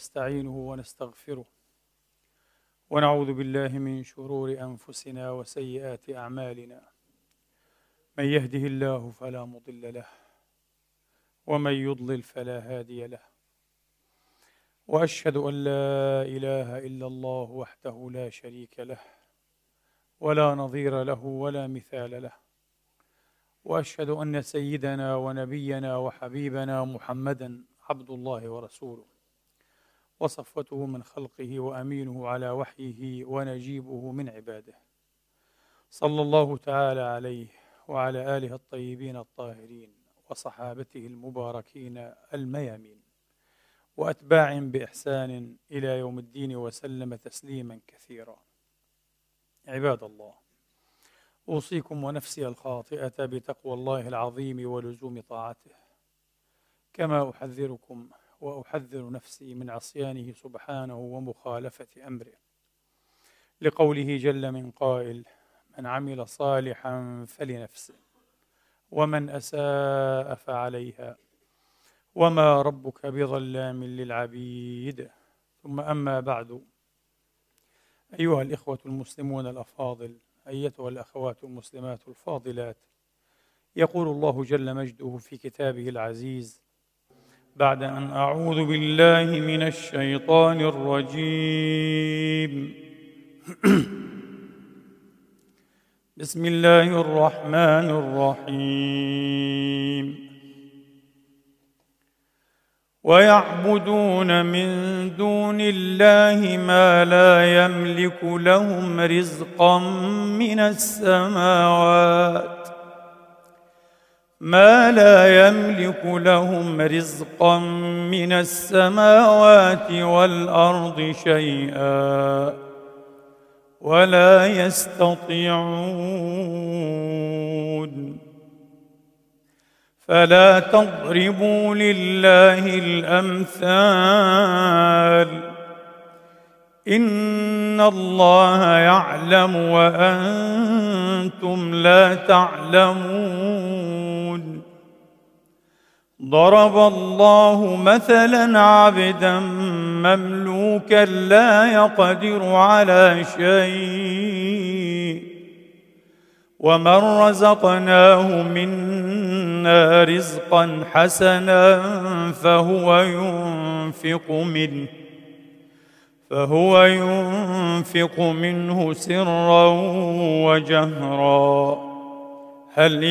ونستعينه ونستغفره ونعوذ بالله من شرور أنفسنا وسيئات أعمالنا. من يهده الله فلا مضل له ومن يضلل فلا هادي له، وأشهد أن لا إله إلا الله وحده لا شريك له ولا نظير له ولا مثال له، وأشهد أن سيدنا ونبينا وحبيبنا محمدًا عبد الله ورسوله، وصفوته من خلقه وأمينه على وحيه ونجيبه من عباده، صلى الله تعالى عليه وعلى آله الطيبين الطاهرين وصحابته المباركين الميامين وأتباع بإحسان إلى يوم الدين وسلم تسليما كثيرا. عباد الله، أوصيكم ونفسي الخاطئة بتقوى الله العظيم ولزوم طاعته، كما أحذركم وأحذر نفسي من عصيانه سبحانه ومخالفة أمره، لقوله جل من قائل: من عمل صالحا فلنفسه ومن أساء فعليها وما ربك بظلام للعبيد. ثم أما بعد، أيها الإخوة المسلمون الأفاضل، أيتها الأخوات المسلمات الفاضلات، يقول الله جل مجده في كتابه العزيز بعد أن أعوذ بالله من الشيطان الرجيم بسم الله الرحمن الرحيم: ويعبدون من دون الله ما لا يملك لهم رزقا من السماوات والأرض شيئا ولا يستطيعون. فلا تضربوا لله الأمثال، إن الله يعلم وأنتم لا تعلمون. ضرب الله مثلا عبدا مملوكا لا يقدر على شيء، ومن رزقناه منا رزقا حسنا فهو ينفق منه سرا وجهرا، هل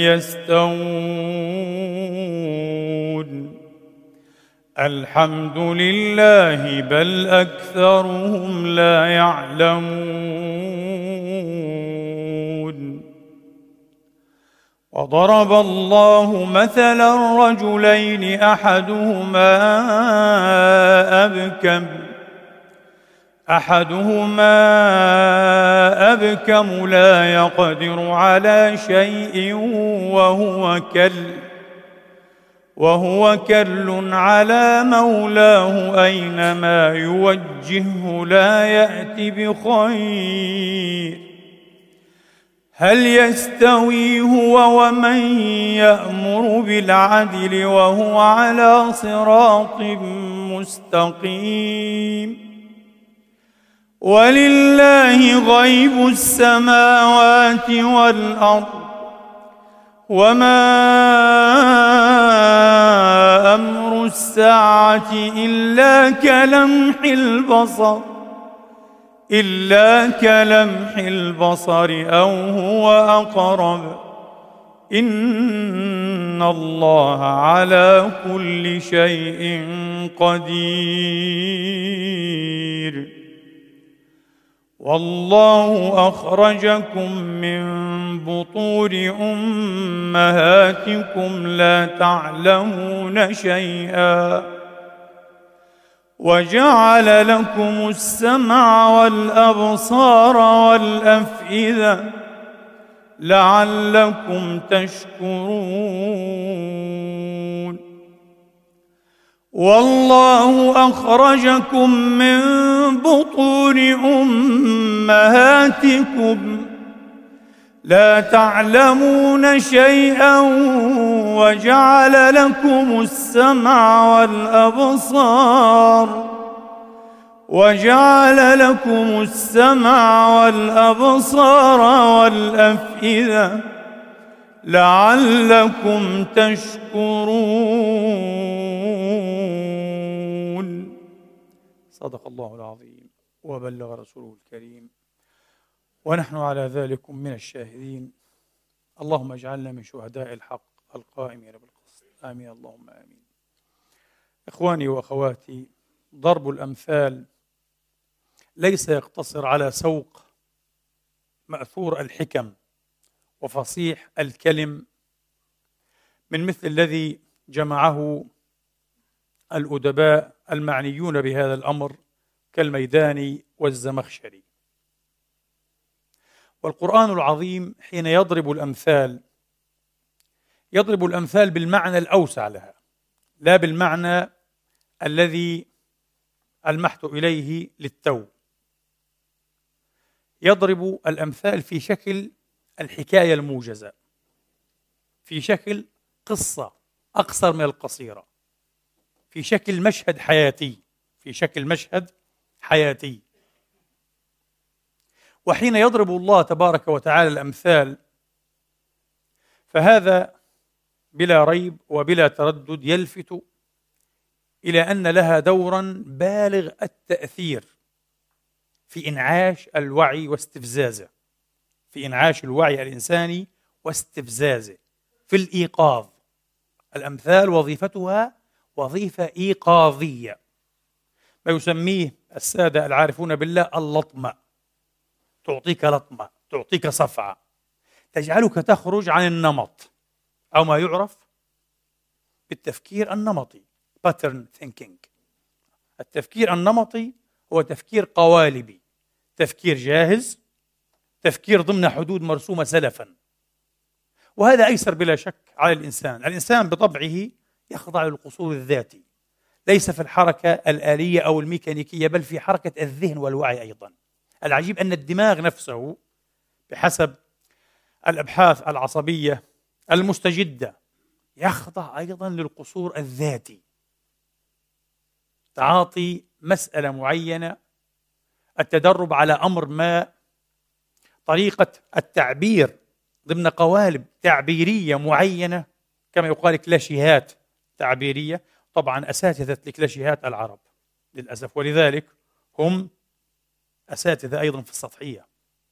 يستوون؟ الحمد لله بل أكثرهم لا يعلمون. وضرب الله مثلا رجلين أحدهما أبكم لا يقدر على شيء وهو كل على مولاه أينما يوجهه لا يأتي بخير، هل يستوي هو ومن يأمر بالعدل وهو على صراط مستقيم؟ ولله غيب السماوات والأرض، وما أمر الساعة إلا كلمح البصر أو هو أقرب، إن الله على كل شيء قدير. والله أخرجكم من بطون أمهاتكم لا تعلمون شيئا، وجعل لكم السمع والأبصار والأفئدة لعلكم تشكرون. والله أخرجكم من بطون أمهاتكم لا تعلمون شيئا وجعل لكم السمع والأبصار وجعل لكم السمع والأبصار والأفئدة لعلكم تشكرون. صدق الله العظيم وبلغ رسوله الكريم، ونحن على ذلك من الشاهدين. اللهم اجعلنا من شهداء الحق القائمين بالقسط، آمين اللهم آمين. إخواني وأخواتي، ضرب الأمثال ليس يقتصر على سوق مأثور الحكم وفصيح الكلم من مثل الذي جمعه الأدباء المعنيون بهذا الأمر كالميداني والزمخشري. والقرآن العظيم حين يضرب الأمثال بالمعنى الأوسع لها، لا بالمعنى الذي ألمحت إليه للتو. يضرب الأمثال في شكل الحكاية الموجزة، في شكل قصة أقصر من القصيرة، في شكل مشهد حياتي. وحين يضرب الله تبارك وتعالى الأمثال فهذا بلا ريب وبلا تردد يلفت إلى أن لها دورا بالغ التأثير في إنعاش الوعي واستفزازه، في إنعاش الوعي الإنساني واستفزازه، في الإيقاظ. الأمثال وظيفتها وظيفة إيقاظية، ما يسميه السادة العارفون بالله اللطمة. تعطيك لطمة، تعطيك صفعة، تجعلك تخرج عن النمط، أو ما يعرف بالتفكير النمطي، pattern thinking. التفكير النمطي هو تفكير قوالبي، تفكير جاهز، تفكير ضمن حدود مرسومة سلفا. وهذا أيسر بلا شك على الإنسان بطبعه يخضع للقصور الذاتي، ليس في الحركة الآلية أو الميكانيكية، بل في حركة الذهن والوعي أيضا. العجيب أن الدماغ نفسه بحسب الأبحاث العصبية المستجدة يخضع أيضا للقصور الذاتي. تعاطي مسألة معينة، التدرب على أمر ما، طريقة التعبير ضمن قوالب تعبيرية معينة، كما يقال كلاشيهات تعبيرية. طبعا أساتذة الكلاشيهات العرب للأسف، ولذلك هم أساتذة أيضا في السطحية.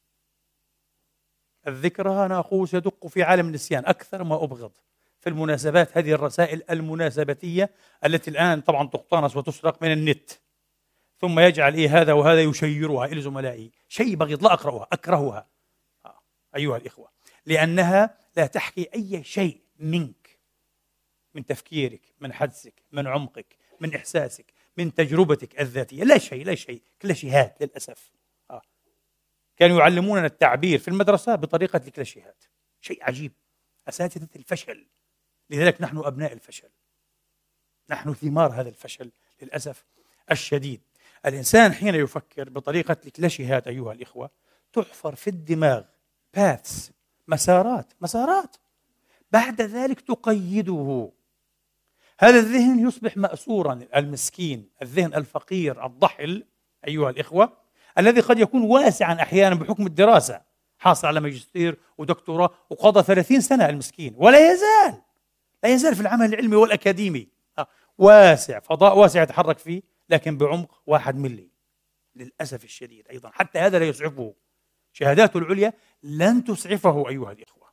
الذكرى ناقوس يدق في عالم النسيان، أكثر ما أبغض في المناسبات هذه الرسائل المناسباتية التي الآن طبعا تقتنص وتسرق من النت، ثم يجعل هذا وهذا يشيرها إلى زملائي. شيء بغيض، لا أقرأها، أكرهها أيها الإخوة، لأنها لا تحكي أي شيء منك، من تفكيرك، من حدسك، من عمقك، من إحساسك، من تجربتك الذاتية. لا شيء، كلاشيهات للأسف. كانوا يعلموننا التعبير في المدرسة بطريقة الكلاشيهات، شيء عجيب. أساتذة الفشل، لذلك نحن أبناء الفشل، نحن ثمار هذا الفشل للأسف الشديد. الإنسان حين يفكر بطريقة الكلاشيهات أيها الإخوة تحفر في الدماغ paths، مسارات، بعد ذلك تقيده. هذا الذهن يصبح مأسورا، المسكين، الذهن الفقير الضحل أيها الإخوة، الذي قد يكون واسعا أحيانا بحكم الدراسة، حاصل على ماجستير ودكتوراه وقضى 30 سنة المسكين، ولا يزال في العمل العلمي والأكاديمي، واسع، فضاء واسع يتحرك فيه، لكن بعمق 1 ملي للأسف الشديد. أيضا حتى هذا لا يسعفه، شهاداته العليا لن تسعفه أيها الإخوة.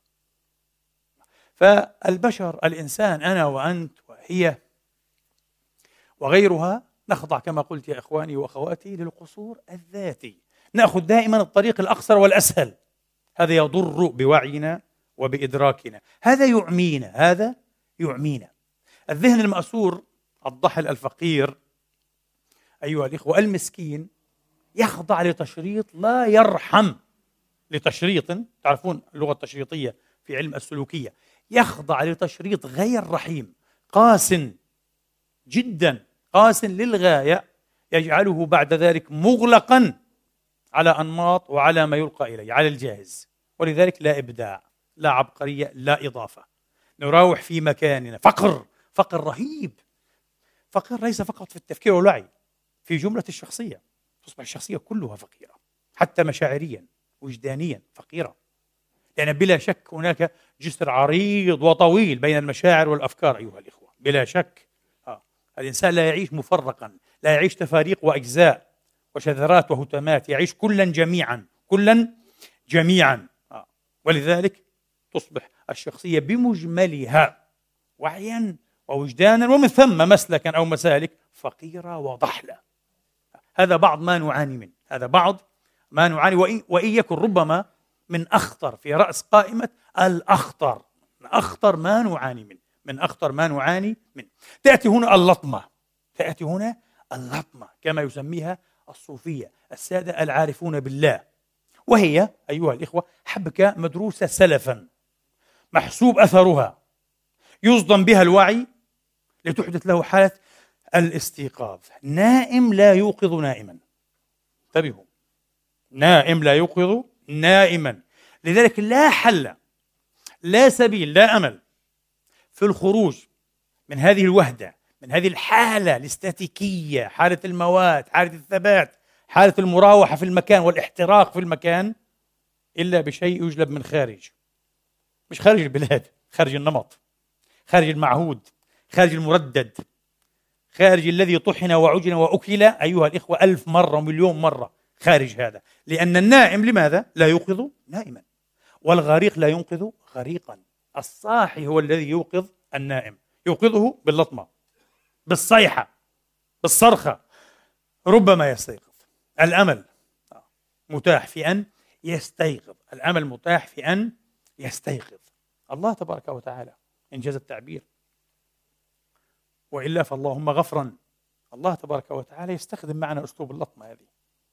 فالبشر، الإنسان، أنا وأنت وهي وغيرها، نخضع كما قلت يا إخواني وأخواتي للقصور الذاتي، نأخذ دائما الطريق الأقصر والأسهل. هذا يضر بوعينا وبإدراكنا، هذا يعمينا. الذهن المأسور الضحل الفقير أيها الإخوة المسكين يخضع لتشريط لا يرحم، لتشريط، تعرفون اللغة التشريطية في علم السلوكية، يخضع لتشريط غير رحيم، قاس جدا، قاس للغاية، يجعله بعد ذلك مغلقا على أنماط وعلى ما يلقى إليه، على الجاهز. ولذلك لا إبداع، لا عبقرية، لا إضافة، نراوح في مكاننا. فقر رهيب، فقر ليس فقط في التفكير والوعي، في جملة الشخصية، تصبح الشخصية كلها فقيرة، حتى مشاعريا وجدانيا فقيرة، لأن بلا شك هناك جسر عريض وطويل بين المشاعر والأفكار أيها الإخوة، بلا شك. الإنسان لا يعيش مفرقا، لا يعيش تفاريق وأجزاء وشذرات وهتمات، يعيش كلا جميعا، كلا جميعا. ولذلك تصبح الشخصية بمجملها وعيا ووجدانا ومن ثم مسلكا أو مسالك فقيرة وضحلة. هذا بعض ما نعاني منه، هذا بعض ما نعاني، وإن يكن ربما من أخطر في رأس قائمة الأخطر، من أخطر ما نعاني منه، من أخطر ما نعاني منه. تأتي هنا اللطمة، تأتي هنا اللطمة كما يسميها الصوفية السادة العارفون بالله، وهي أيها الإخوة حبكة مدروسة سلفا، محسوب أثرها، يصدم بها الوعي لتحدث له حالة الاستيقاظ. نائم لا يوقظ نائما، انتبهوا، نائم لا يوقظ نائما. لذلك لا حل، لا سبيل، لا أمل في الخروج من هذه الوهدة، من هذه الحالة الاستاتيكية، حالة الموات، حالة الثبات، حالة المراوحة في المكان والاحتراق في المكان، إلا بشيء يجلب من خارج، مش خارج البلاد، خارج النمط، خارج المعهود، خارج المردد، خارج الذي طحن وعجن وأكل أيها الإخوة 1000 مرة ومليون مرة، خارج هذا. لأن النائم لماذا لا يوقظ نائما، والغريق لا ينقذ غريقا. الصاحي هو الذي يوقظ النائم، يوقظه باللطمة، بالصيحة، بالصرخة، ربما يستيقظ. الأمل متاح في أن يستيقظ، الأمل متاح في أن يستيقظ. الله تبارك وتعالى إنجاز التعبير، وإلا فاللهم غفرا، الله تبارك وتعالى يستخدم معنا أسلوب اللطمة هذه.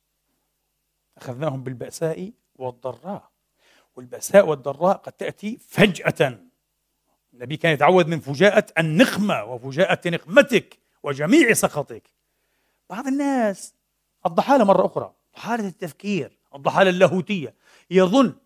أخذناهم بالبأساء والضراء، والبأساء والضراء قد تأتي فجأة. النبي كان يتعوذ من فجاءة النقمة وفجاءة نقمتك وجميع سخطك. بعض الناس الضحالة مرة أخرى، ضحالة التفكير، الضحالة اللاهوتية، يظن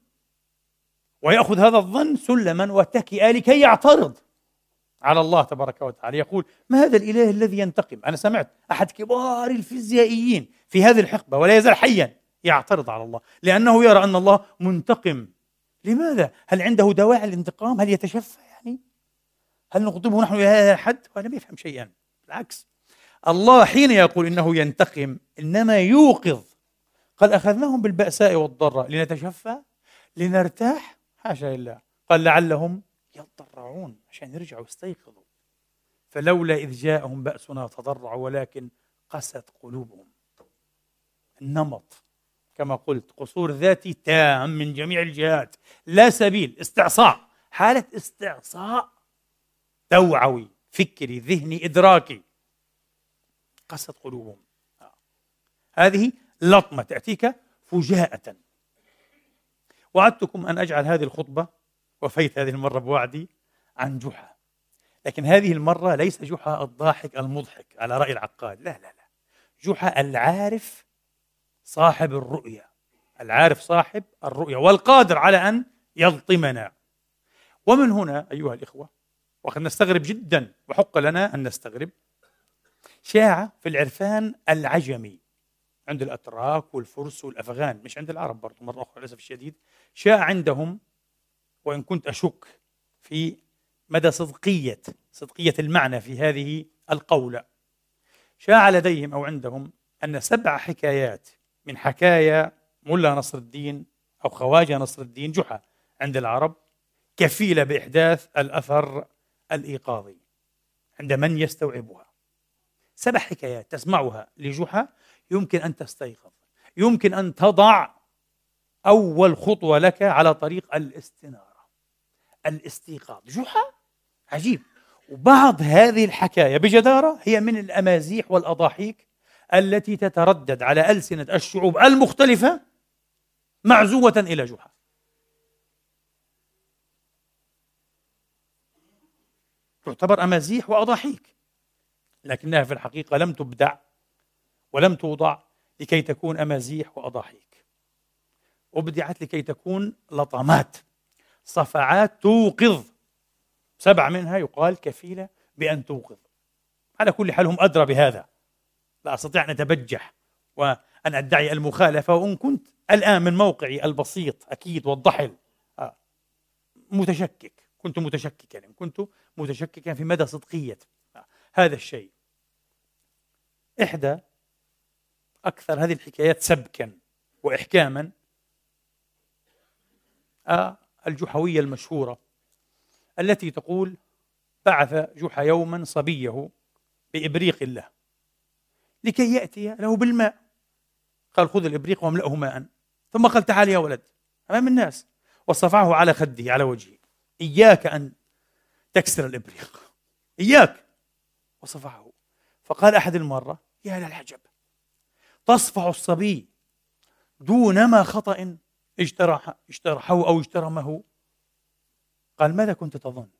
ويأخذ هذا الظن سلما وتكئا لكي يعترض على الله تبارك وتعالى، يقول ما هذا الإله الذي ينتقم؟ أنا سمعت أحد كبار الفيزيائيين في هذه الحقبة ولا يزال حيا يعترض على الله، لأنه يرى أن الله منتقم. لماذا؟ هل عنده دواعي الانتقام؟ هل يتشفى يعني؟ هل نغضبه نحن إلى هذا الحد؟ وأنا ما يفهم شيئا. بالعكس، الله حين يقول إنه ينتقم إنما يوقظ. قال أخذناهم بالبأساء والضراء لنتشفى، لنرتاح، حاشا لله. قال لعلهم يضرعون، عشان يرجعوا يستيقظوا. فلولا إذ جاءهم بأسنا تضرعوا ولكن قست قلوبهم. النمط كما قلت قصور ذاتي تام من جميع الجهات، لا سبيل، استعصاء، حالة استعصاء توعوي فكري ذهني إدراكي، قست قلوبهم. هذه لطمة تأتيك فجاءة. وعدتكم أن أجعل هذه الخطبة، وفيت هذه المرة بوعدي، عن جحا، لكن هذه المرة ليس جحا الضاحك المضحك على رأي العقاد، لا لا لا، جحا العارف صاحب الرؤية، العارف صاحب الرؤية والقادر على أن يلطمنا. ومن هنا أيها الإخوة، وقد نستغرب جدا وحق لنا أن نستغرب، شاع في العرفان العجمي عند الأتراك والفرس والأفغان، مش عند العرب برضو مرة أخرى للأسف الشديد، شاع عندهم، وإن كنت أشك في مدى صدقية المعنى في هذه القولة، شاع لديهم أو عندهم أن 7 حكايات من حكايا ملا نصر الدين أو خواجة نصر الدين جحا عند العرب كفيلة بإحداث الأثر الإيقاظي عند من يستوعبها. 7 حكايات تسمعها لجحا يمكن أن تستيقظ، يمكن أن تضع أول خطوة لك على طريق الاستنارة، الاستيقاظ. جحا عجيب. وبعض هذه الحكاية بجدارة هي من الأمازيح والأضاحيك التي تتردد على ألسنة الشعوب المختلفة معزوة إلى جحا. تعتبر أمازيح وأضاحيك، لكنها في الحقيقة لم تبدع ولم توضع لكي تكون أمازيح وأضاحيك، أبدعت لكي تكون لطمات، صفعات توقظ. 7 منها يقال كفيلة بأن توقظ. على كل حال هم أدرى بهذا، لا أستطيع أن أتبجح وأن أن أدعي المخالفة، وإن كنت الآن من موقعي البسيط أكيد والضحل متشكك، كنت متشككا، كنت متشككا في مدى صدقية هذا الشيء. إحدى أكثر هذه الحكايات سبكا وإحكاما الجحوية المشهورة التي تقول: بعث جحا يوما صبيه بإبريق له لكي يأتي له بالماء، قال: خذ الإبريق واملأه ماء، ثم قال: تعال يا ولد أمام الناس، وصفعه على خده على وجهه: إياك أن تكسر الإبريق، إياك. وصفعه، فقال أحد المرة: يا للعجب، تصفع الصبي دون ما خطأ اجترحه أو اجترمه. قال: ماذا كنت تظن؟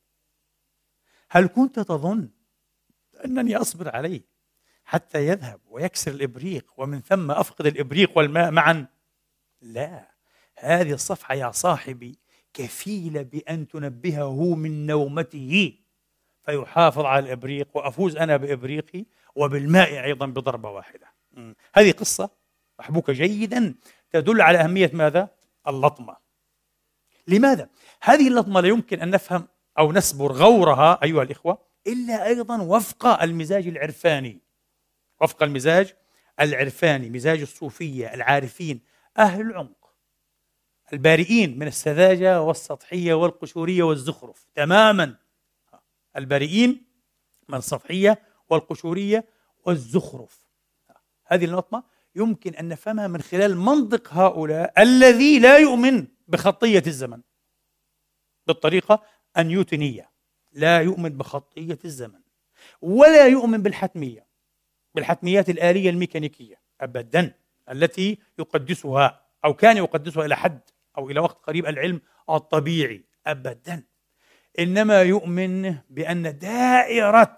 هل كنت تظن أنني أصبر عليه حتى يذهب ويكسر الإبريق ومن ثم أفقد الإبريق والماء معا؟ لا، هذه الصفحة يا صاحبي كفيلة بأن تنبهه من نومته فيحافظ على الإبريق، وأفوز أنا بإبريقي وبالماء أيضا بضربة واحدة. هذه قصة محبوكة جيدا تدل على أهمية ماذا؟ اللطمة. لماذا؟ هذه اللطمة لا يمكن أن نفهم أو نسبر غورها أيها الإخوة إلا أيضا وفق المزاج العرفاني، وفق المزاج العرفاني، مزاج الصوفية العارفين أهل العمق البارئين من السذاجة والسطحية والقشورية والزخرف تماما، البارئين من السطحية والقشورية والزخرف. هذه اللطمة يمكن أن نفهمها من خلال منطق هؤلاء الذي لا يؤمن بخطية الزمن بالطريقة النيوتنية، لا يؤمن بخطية الزمن ولا يؤمن بالحتميات الآلية الميكانيكية أبدا التي يقدسها أو كان يقدسها إلى حد أو إلى وقت قريب العلم الطبيعي أبدا، إنما يؤمن بأن دائرة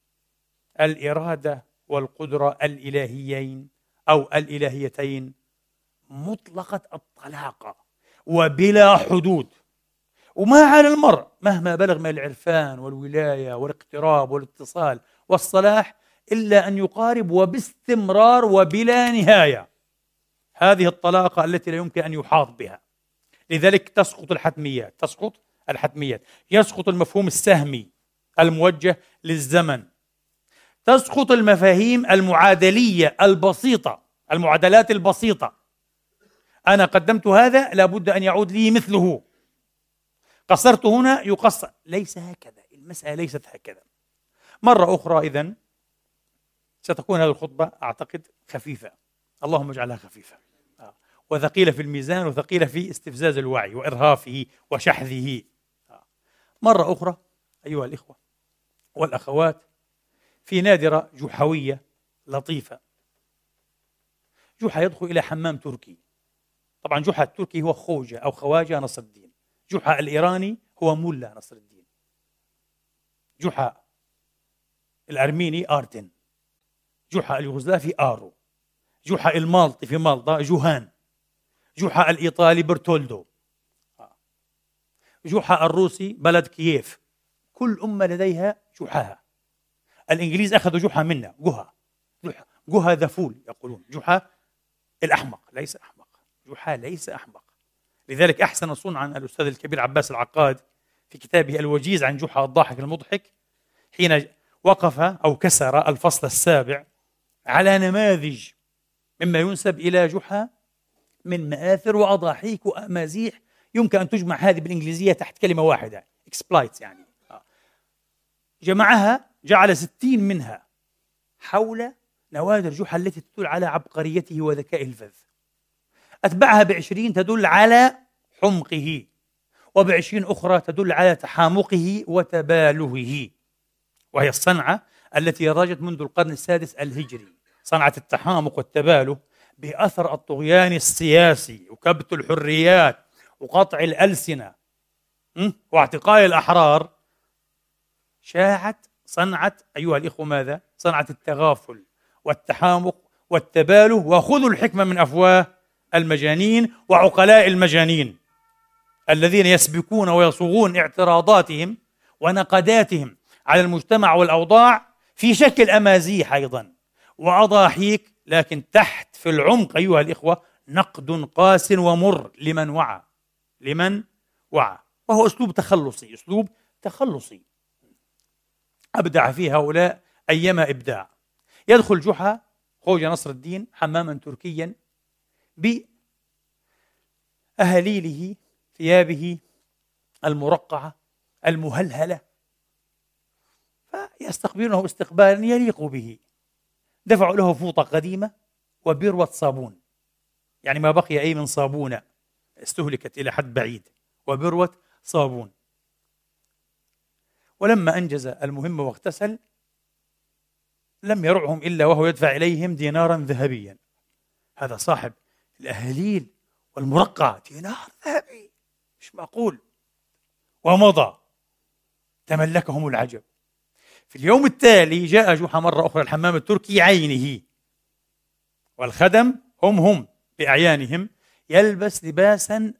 الإرادة والقدرة الإلهيين أو الإلهيتين مطلقة الطلاقة وبلا حدود، وما على المرء مهما بلغ من العرفان والولاية والاقتراب والاتصال والصلاح إلا أن يقارب وباستمرار وبلا نهاية هذه الطلاقة التي لا يمكن أن يحاط بها. لذلك تسقط الحتميات، يسقط المفهوم السهمي الموجه للزمن، تسقط المفاهيم المعادلية البسيطة، المعادلات البسيطة. أنا قدمت هذا لابد أن يعود لي مثله، قصرت هنا يقصر، ليس هكذا، المسألة ليست هكذا. مرة أخرى إذن ستكون هذه الخطبة أعتقد خفيفة، اللهم اجعلها خفيفة وثقيلة في الميزان وثقيلة في استفزاز الوعي وإرهافه وشحذه. مرة أخرى أيها الإخوة والأخوات في نادرة جحوية لطيفة. جحا يدخل إلى حمام تركي، طبعا جحا التركي هو خوجة أو خواجة نصر الدين، جحا الإيراني هو ملا نصر الدين، جحا الأرميني آرتن، جحا اليوغوسلافي آرو، جحا المالطي في مالطا جوهان، جحا الإيطالي برتولدو، جحا الروسي بلد كييف. كل أمة لديها جحاها. الإنجليز أخذوا جحا منا، جحا ذا فول يقولون، جحا الأحمق، ليس أحمق، جحا ليس أحمق. لذلك أحسن صنعا الأستاذ الكبير عباس العقاد في كتابه الوجيز عن جحا الضاحك المضحك حين وقف أو كسر الفصل السابع على نماذج مما ينسب إلى جحا من مآثر وأضاحيك وأمازيح يمكن أن تجمع هذه بالإنجليزية تحت كلمة واحدة، exploits، يعني جمعها، جعل 60 منها حول نوادر جحا التي تدل على عبقريته وذكائه الفذ، أتبعها ب20 تدل على حمقه، وب20 أخرى تدل على تحامقه وتبالهه، وهي الصنعة التي رجت منذ القرن السادس الهجري، صنعة التحامق والتباله بأثر الطغيان السياسي وكبت الحريات وقطع الألسنة واعتقال الأحرار. شاعت صنعة أيها الإخوة ماذا؟ صنعة التغافل والتحامق والتباله، وخذوا الحكمة من أفواه المجانين وعقلاء المجانين الذين يسبكون ويصوغون اعتراضاتهم ونقداتهم على المجتمع والأوضاع في شكل أمازيح أيضا وأضاحيك، لكن تحت في العمق أيها الإخوة نقد قاس ومر لمن وعى، لمن وعى، وهو أسلوب تخلصي، أسلوب تخلصي أبدع فيه هؤلاء أيما إبداع. يدخل جحا خوجة نصر الدين حماما تركيا بأهاليله، ثيابه المرقعة المهلهلة، فيستقبلونه استقبالا يليق به. دفعوا له فوطة قديمة وبروة صابون، يعني ما بقي أي من صابونة استهلكت إلى حد بعيد، وبروة صابون. ولما أنجز المهمة واغتسل لم يرعهم إلا وهو يدفع إليهم دينارا ذهبيا. هذا صاحب الأهاليل والمرقع، دينار ذهبي، مش معقول. ومضى، تملكهم العجب. في اليوم التالي جاء جحا مرة أخرى الحمام التركي عينه، والخدم هم بأعيانهم، يلبس لباسا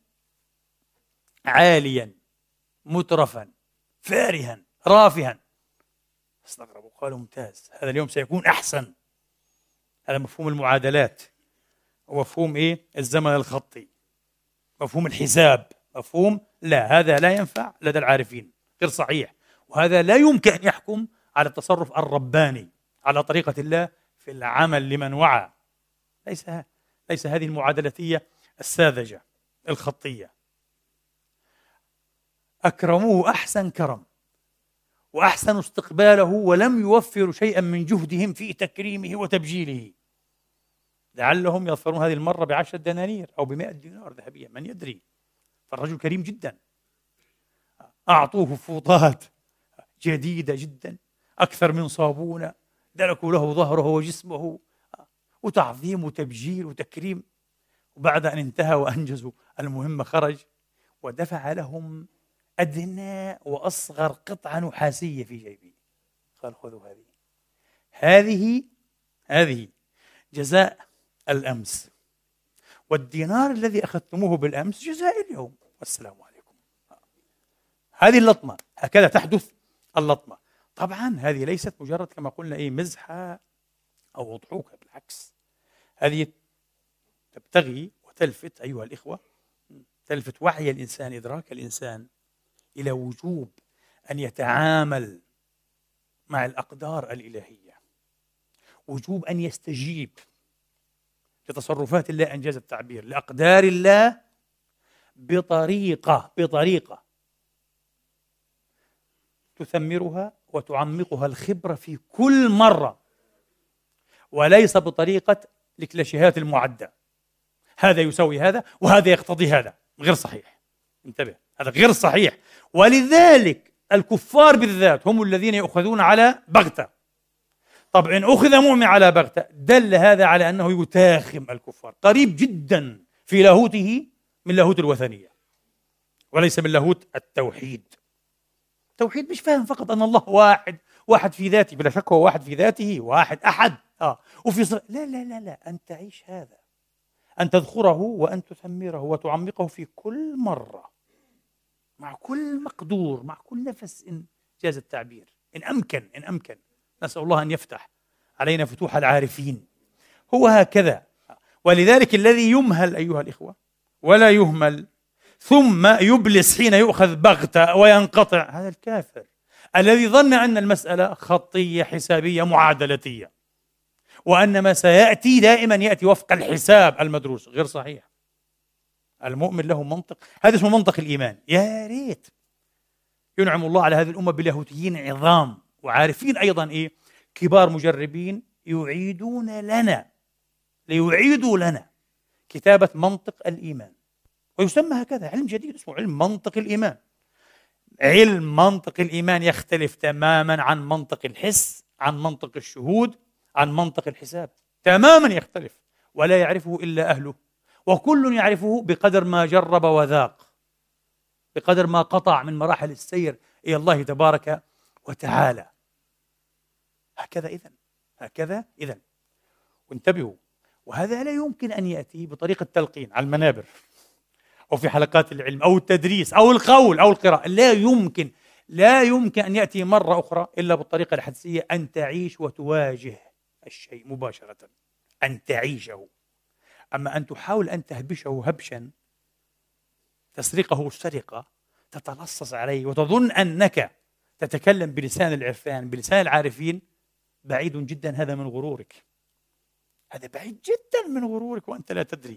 عاليا مترفا فارها رافها. استغربوا، قالوا ممتاز، هذا اليوم سيكون أحسن. هذا مفهوم المعادلات، ومفهوم الزمن الخطي، مفهوم الحساب، مفهوم لا، هذا لا ينفع لدى العارفين، غير صحيح. وهذا لا يمكن أن يحكم على التصرف الرباني على طريقة الله في العمل لمن وعى. ليس هذه المعادلتية الساذجة الخطية. أكرموه أحسن كرم وأحسنوا استقباله، ولم يوفروا شيئا من جهدهم في تكريمه وتبجيله. لعلهم يظفرون هذه المرة ب10 دنانير أو ب100 دينار ذهبية، من يدري. فالرجل كريم جدا. أعطوه فوطات جديدة جدا أكثر من صابونة، دلكوا له ظهره وجسمه، وتعظيم وتبجيل وتكريم. وبعد أن انتهى وأنجزوا المهمة خرج ودفع لهم أدنى وأصغر قطعة نحاسية في جيبه. قال خذوا هذه جزاء الأمس، والدينار الذي أخذتموه بالأمس جزاء اليوم، والسلام عليكم. هذه اللطمة، هكذا تحدث اللطمة. طبعا هذه ليست مجرد كما قلنا مزحة أو أضحوكة، بالعكس، هذه تبتغي وتلفت أيها الإخوة، تلفت وعي الإنسان، إدراك الإنسان إلى وجوب أن يتعامل مع الأقدار الإلهية، وجوب أن يستجيب لتصرفات الله، إنجاز التعبير، لأقدار الله بطريقة تثمرها وتعمقها الخبرة في كل مرة، وليس بطريقة الكلاشيهات المعدة. هذا يسوي هذا وهذا يقتضي هذا، غير صحيح. انتبه، هذا غير صحيح. ولذلك الكفار بالذات هم الذين يؤخذون على بغتة. طب إن أخذ مؤمن على بغتة دل هذا على أنه يتاخم الكفار، قريب جدا في لاهوته من لاهوت الوثنية، وليس من لاهوت التوحيد. التوحيد مش فاهم فقط أن الله واحد في ذاته، بلا شك هو واحد في ذاته، واحد أحد، وفي لا، أن تعيش هذا، أن تذخره وأن تثمره وتعمقه في كل مرة، مع كل مقدور، مع كل نفس، إن جاز التعبير، إن أمكن. نسأل الله أن يفتح علينا فتوح العارفين. هو هكذا. ولذلك الذي يمهل أيها الإخوة ولا يهمل ثم يبلس حين يؤخذ بغتة وينقطع، هذا الكافر الذي ظن أن المسألة خطية حسابية معادلتية، وأن ما سيأتي دائما يأتي وفق الحساب المدروس. غير صحيح. المؤمن له منطق، هذا اسمه منطق الإيمان. يا ريت ينعم الله على هذه الأمة بلاهوتيين عظام وعارفين أيضا كبار مجربين ليعيدوا لنا كتابة منطق الإيمان، ويسمى هكذا، علم جديد اسمه علم منطق الإيمان. علم منطق الإيمان يختلف تماما عن منطق الحس، عن منطق الشهود، عن منطق الحساب، تماما يختلف، ولا يعرفه إلا أهله، وكل يعرفه بقدر ما جرب وذاق، بقدر ما قطع من مراحل السير إلى الله تبارك وتعالى. هكذا إذن وانتبهوا. وهذا لا يمكن أن يأتي بطريقة تلقين على المنابر أو في حلقات العلم أو التدريس أو القول أو القراءة. لا يمكن أن يأتي مرة أخرى إلا بالطريقة الحدسية، أن تعيش وتواجه الشيء مباشرة، أن تعيشه أما أن تحاول أن تهبشه هبشا، تسرقه سرقة، تتلصص عليه وتظن أنك تتكلم بلسان العرفان بلسان العارفين، بعيد جدا هذا من غرورك، هذا بعيد جدا من غرورك وأنت لا تدري.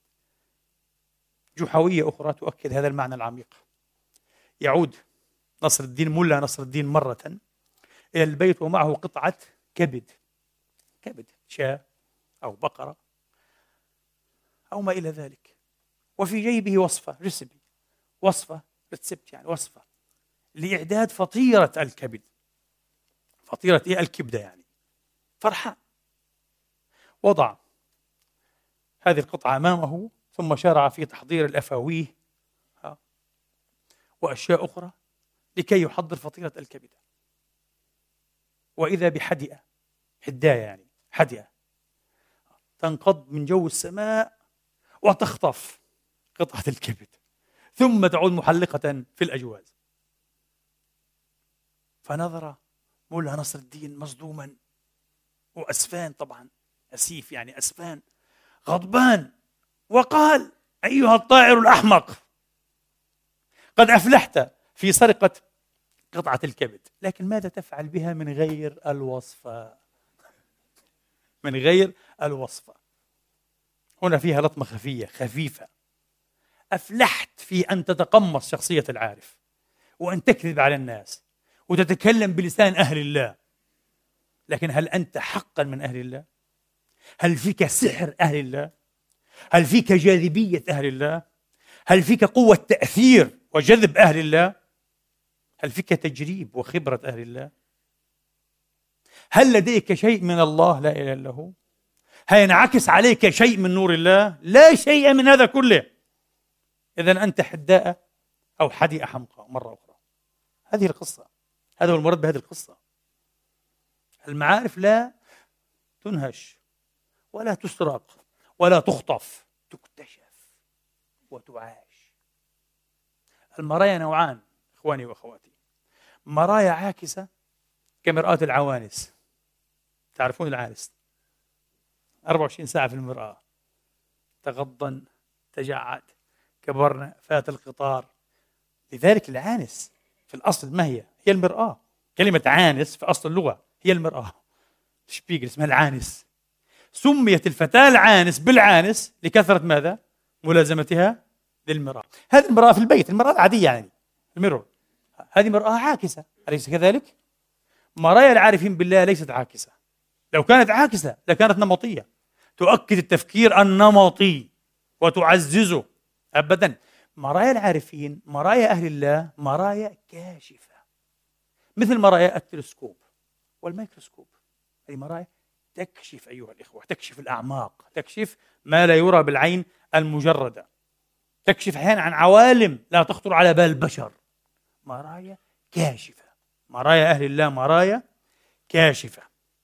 جحوية أخرى تؤكد هذا المعنى العميق. يعود نصر الدين ملا نصر الدين مرة إلى البيت ومعه قطعة كبد شاة أو بقرة أو ما إلى ذلك، وفي جيبه وصفة ريسبي، وصفة ريسبت يعني وصفة لإعداد فطيرة الكبد، فطيرة إيه؟ الكبدة يعني. فرحان، وضع هذه القطعة أمامه ثم شرع في تحضير الأفاويه وأشياء أخرى لكي يحضر فطيرة الكبدة. وإذا بحدئة، حداية يعني حدئة، تنقض من جو السماء وتخطف قطعة الكبد ثم تعود محلقة في الأجواز. فنظر مولى نصر الدين مصدوما وأسفان، طبعا أسيف يعني أسفان، غضبان، وقال: أيها الطائر الأحمق، قد أفلحت في سرقة قطعة الكبد، لكن ماذا تفعل بها من غير الوصفة؟ من غير الوصفة. هنا فيها لطمة خفية خفيفة. أفلحت في أن تتقمص شخصية العارف وأن تكذب على الناس وتتكلم بلسان أهل الله، لكن هل أنت حقا من أهل الله؟ هل فيك سحر أهل الله؟ هل فيك جاذبية أهل الله؟ هل فيك قوة تأثير وجذب أهل الله؟ هل فيك تجريب وخبرة أهل الله؟ هل لديك شيء من الله لا إله إلا هو؟ هل ينعكس عليك شيء من نور الله؟ لا شيء من هذا كله. إذن أنت حداء أو حديئة حمقى مرة أخرى. هذه القصة، هذا هو المراد بهذه القصة. المعارف لا تنهش ولا تسرق ولا تخطف، تكتشف وتعاش. المرايا نوعان إخواني وأخواتي: مرايا عاكسة كمرآة العوانس، تعرفون العانس 24 ساعة في المرآة، تغضن، تجعد، كبرنا، فات القطار. لذلك العانس في الأصل ما هي؟ هي المرآة. كلمة عانس في أصل اللغة هي المرآة. شبيغل اسمها العانس. سميت الفتاة العانس بالعانس لكثرة ماذا؟ ملازمتها للمرآة. هذه المرآة في البيت، المرآة العادية يعني الميرور، هذه مرآة عاكسة، أليس كذلك؟ مرايا العارفين بالله ليست عاكسة. لو كانت عاكسة لكانت نمطية، تؤكد التفكير النمطي وتعززه. أبدا، مرايا العارفين، مرايا أهل الله، مرايا كاشفة، مثل مرايا التلسكوب والميكروسكوب. هذه مرايا تكشف أيها الإخوة، تكشف الأعماق، تكشف ما لا يرى بالعين المجردة، تكشف أحيانا عن عوالم لا تخطر على بال البشر. مرايا كاشفة. مرايا أهل الله مرايا كاشفة.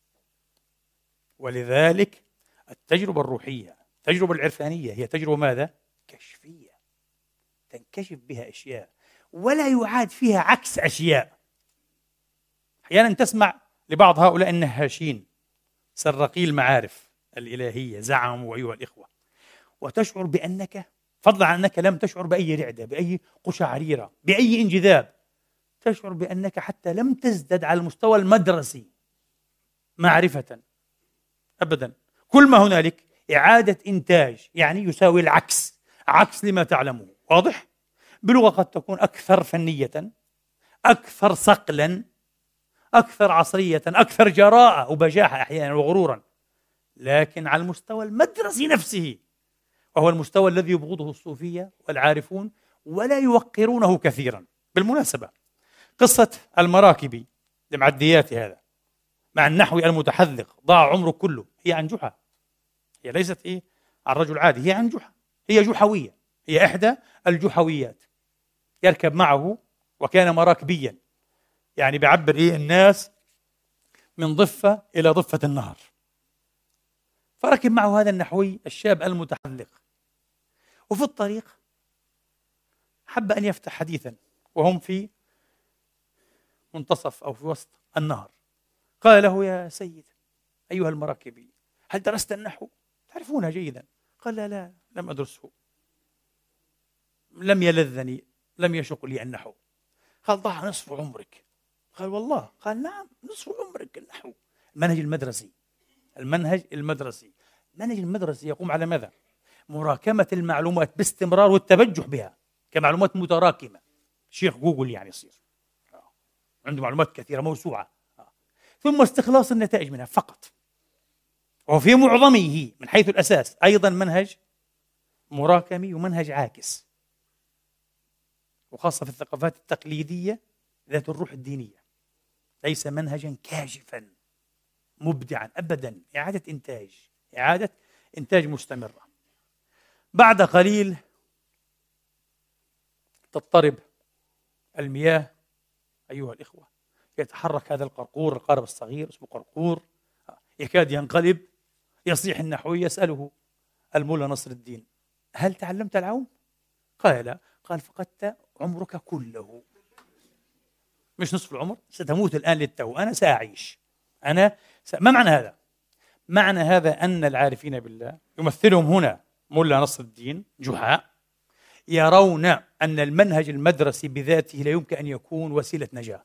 ولذلك التجربة الروحية، التجربة العرفانية هي تجربة ماذا؟ كشفية، تنكشف بها أشياء ولا يعاد فيها عكس أشياء. أحيانا تسمع لبعض هؤلاء النهاشين سرقي المعارف الإلهية زعموا أيها الإخوة، وتشعر بأنك، فضلا عن أنك لم تشعر بأي رعدة، بأي قشعريرة، بأي انجذاب، تشعر بأنك حتى لم تزدد على المستوى المدرسي معرفة أبدا. كل ما هنالك إعادة إنتاج، يعني يساوي العكس، عكس لما تعلمه. واضح؟ بلغة قد تكون أكثر فنية، أكثر صقلا، أكثر عصرية، أكثر جراءة وبجاحة أحيانا وغرورا، لكن على المستوى المدرسي نفسه، وهو المستوى الذي يبغضه الصوفية والعارفون ولا يوقرونه كثيرا. بالمناسبة، قصة المراكبي لمعديات هذا مع النحوي المتحذق ضاع عمره كله، هي عن جحا، هي ليست عن رجل عادي، هي عن جحا، هي جحوية، هي إحدى الجحويات. يركب معه وكان مراكبيا، يعني بيعبر الناس من ضفة إلى ضفة النهر. فركب معه هذا النحوي الشاب المتحذق، وفي الطريق حب أن يفتح حديثا وهم في منتصف أو في وسط النهر. قال له: يا سيد أيها المراكبي، هل درست النحو؟ تعرفونها جيدا. قال لا لم أدرسه، لم يلذني، لم يشق لي النحو. قال ضاع نصف عمرك. قال والله. قال نعم نصف عمرك النحو. المنهج المدرسي، المنهج المدرسي، المنهج المدرسي يقوم على ماذا؟ مراكمة المعلومات باستمرار والتبجح بها كمعلومات متراكمة. شيخ جوجل يعني يصير عنده معلومات كثيرة موسوعة، ثم استخلاص النتائج منها فقط. وفي معظمه من حيث الأساس أيضا منهج مراكمي ومنهج عاكس، وخاصة في الثقافات التقليدية ذات الروح الدينية. ليس منهجا كاشفا مبدعا أبدا، إعادة إنتاج مستمرة. بعد قليل تضطرب المياه أيها الإخوة، يتحرك هذا القرقور، القارب الصغير اسمه قرقور، يكاد ينقلب، يصيح النحوي. يسأله المولى نصر الدين: هل تعلمت العوم؟ قال لا. قال فقدت عمرك كله، مش نصف العمر، ستموت الآن للتو، أنا سأعيش. ما معنى هذا؟ معنى هذا أن العارفين بالله يمثلهم هنا مولى نصر الدين جحا، يرون أن المنهج المدرسي بذاته لا يمكن أن يكون وسيلة نجاة.